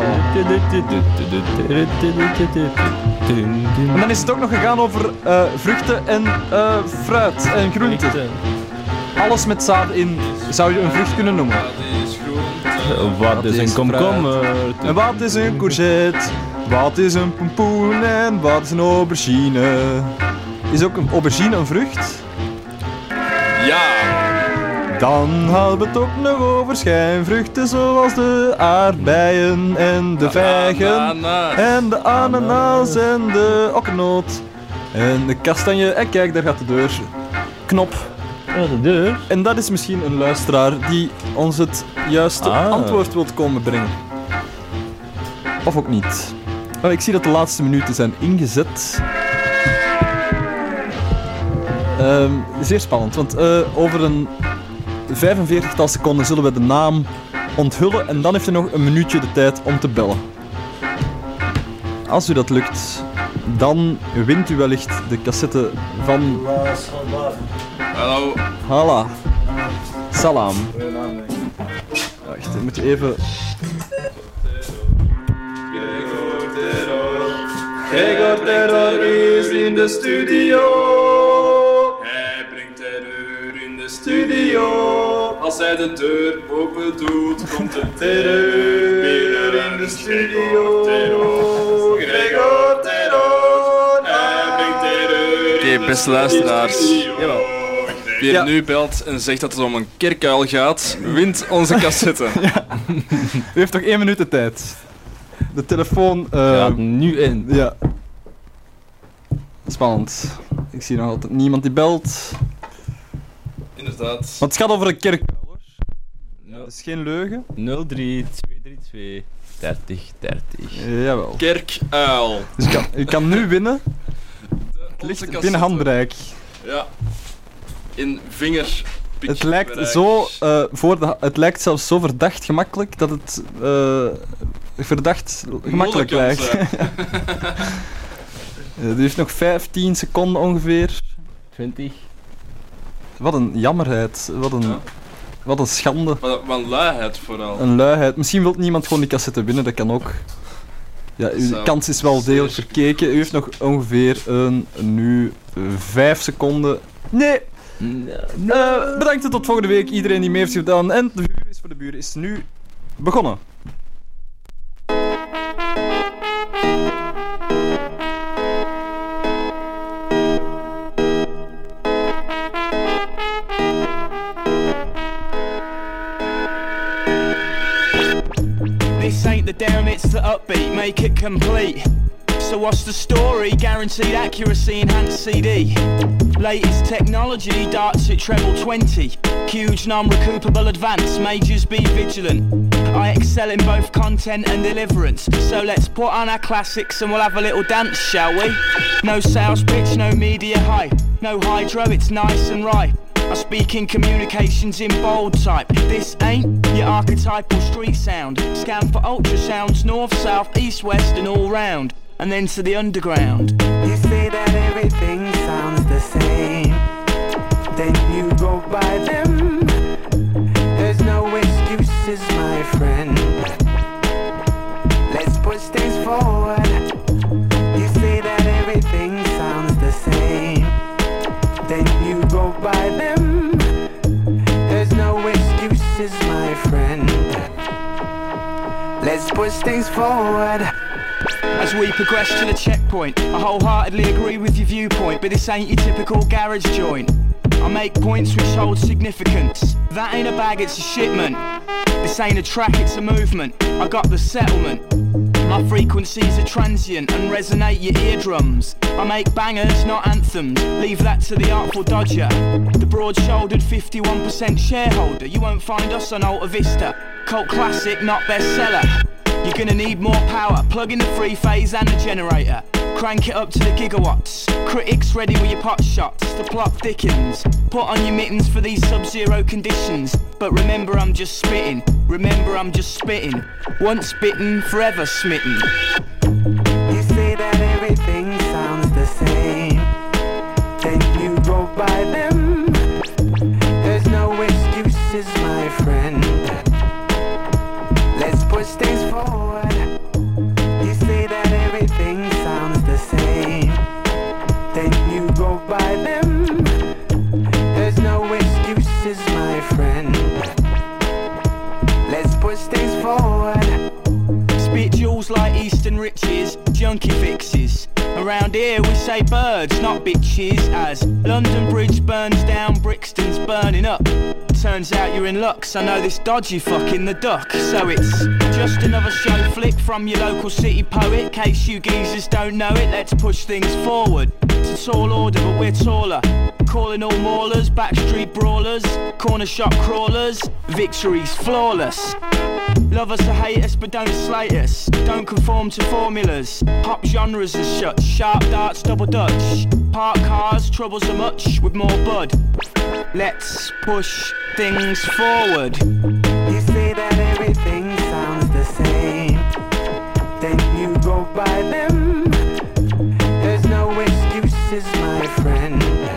En dan is het ook nog gegaan over vruchten en fruit en groenten. Alles met zaden in zou je een vrucht kunnen noemen. Wat is een komkommer? En wat is een courgette? Wat is een pompoen en wat is een aubergine? Is ook een aubergine een vrucht? Ja! Dan hadden we het ook nog over schijnvruchten zoals de aardbeien en de vijgen en de ananas en de okkernoot en de kastanje. En kijk, daar gaat de deur. Knop. Ja, de deur. En dat is misschien een luisteraar die ons het juiste antwoord wilt komen brengen. Of ook niet. Oh, ik zie dat de laatste minuten zijn ingezet. Zeer spannend, want over een 45-tal seconden zullen we de naam onthullen en dan heeft u nog een minuutje de tijd om te bellen. Als u dat lukt, dan wint u wellicht de cassette van... Hallo. Hala. Salam. Wacht, ik moet even... Gregor Terror is in de studio. Hij brengt terreur in de studio. Als hij de deur open doet, komt de terreur weer in de studio. Gregor Terror, hij brengt terreur. Oké, beste luisteraars. Wie er nu belt en zegt dat het om een kerkuil gaat, wint onze cassette. U heeft nog 1 minuut de tijd. De telefoon... gaat nu in. Ja. Spannend. Ik zie nog altijd niemand die belt. Inderdaad. Want het gaat over een kerkuil hoor. Dat is geen leugen. 03232 3030. Jawel. Kerkuil. Dus u kan nu winnen. Het ligt binnen handbereik. Ja. In vinger. Het lijkt zo, het lijkt zelfs zo verdacht gemakkelijk dat het verdacht gemakkelijk lijkt. Er heeft nog 15 seconden ongeveer. 20. Wat een jammerheid. Wat een schande. Wat een luiheid vooral. Een luiheid. Misschien wil niemand gewoon die cassette winnen, dat kan ook. Ja, uw kans is wel degelijk verkeken. U heeft nog ongeveer nu 5 seconden. Nee! Bedankt tot volgende week, iedereen die mee heeft gedaan. En de vuur is voor de buren is nu begonnen. This ain't the down, it's the upbeat, make it complete. So what's the story? Guaranteed accuracy, enhanced CD. Latest technology, darts at treble 20. Huge non-recoupable advance, majors be vigilant. I excel in both content and deliverance. So let's put on our classics and we'll have a little dance, shall we? No sales pitch, no media hype. No hydro, it's nice and ripe. I speak in communications in bold type. This ain't your archetypal street sound. Scan for ultrasounds, north, south, east, west and all round. And then to the underground. You say that everything sounds the same, then you go by them. There's no excuses, my friend. Let's push things forward. You say that everything sounds the same, then you go by them. There's no excuses, my friend. Let's push things forward. As we progress to the checkpoint, I wholeheartedly agree with your viewpoint, but this ain't your typical garage joint. I make points which hold significance. That ain't a bag, it's a shipment. This ain't a track, it's a movement. I got the settlement. My frequencies are transient and resonate your eardrums. I make bangers, not anthems. Leave that to the Artful Dodger. The broad-shouldered 51% shareholder. You won't find us on Alta Vista. Cult classic, not bestseller. You're gonna need more power. Plug in the three-phase and the generator. Crank it up to the gigawatts. Critics ready with your pot shots. The plot thickens. Put on your mittens for these sub-zero conditions. But remember I'm just spitting. Remember I'm just spitting. Once bitten, forever smitten. You say that everything sounds the same, then you go by them. There's no excuses, my friend. Let's push things forward. You say that everything sounds the same, then you go by them. There's no excuses, my friend. Let's push things forward. Spit jewels like Eastern riches, junkie fixes. Around here we say birds, not bitches. As London Bridge burns down, Brixton's burning up. Turns out you're in luck, so I know this dodgy fucking the duck. So it's just another show flick from your local city poet. Case you geezers don't know it, let's push things forward. It's a tall order, but we're taller. Calling all maulers, backstreet brawlers, corner shop crawlers. Victory's flawless. Love us or hate us, but don't slate us. Don't conform to formulas. Pop genres are shut. Sharp darts, double dutch. Park cars, troubles are much with more bud. Let's push things forward. You say that everything sounds the same, then you go by them. There's no excuses, my friend.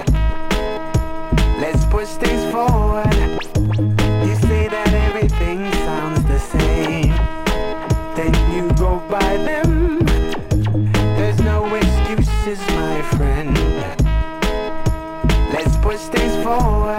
Let's push things forward. You say that everything sounds the same, then you go by them. There's no excuses, my friend. Let's push things forward.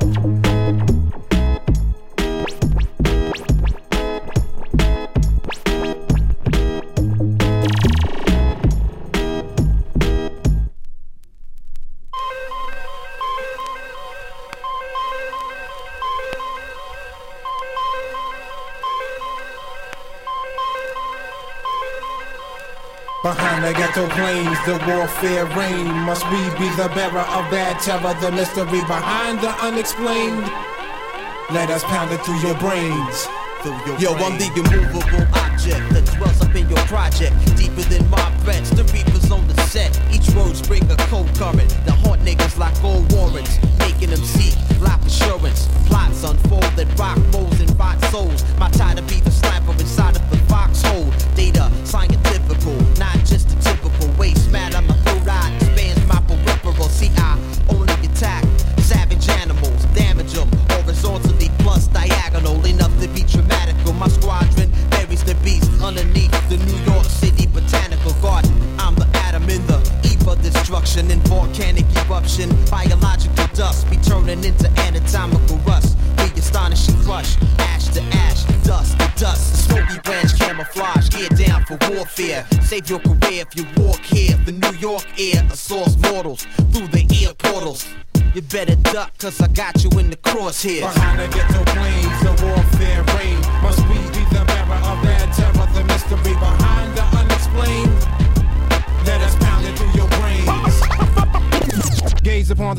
Behind the ghetto plains, the warfare reign. Must we be the bearer of bad terror, the mystery behind the unexplained? Let us pound it through your brains. Yo, I'm the immovable object that dwells up in your project. Deeper than my threats, the reapers on the set. Each road's bring a cold current that haunt niggas like old warrants, making them seek life assurance. Plots unfold that rock moles and rot souls. My title be the sniper inside of the foxhole. Data scientifical, not just a typical waste matter. My third eye expands my peripheral. See, I only attack savage animals, damage them horizontally plus diagonal, enough to be dramatical. My squadron buries the beast underneath the New York City Botanical Garden. I'm the atom in the ether, destruction and volcanic eruption. Biological dust be turning into anatomical rust. We astonishing crush, ash to ash, dust to dust. Smoky branch camouflage, gear down for warfare. Save your career if you walk here. The New York air assaults mortals through the ear portals. You better duck, cause I got you in the crosshairs. Behind the ghetto plains, the warfare reign. Must we be the bearer of bad terror, the mystery behind the unexplained? Let us pound it through your brains. Gaze upon the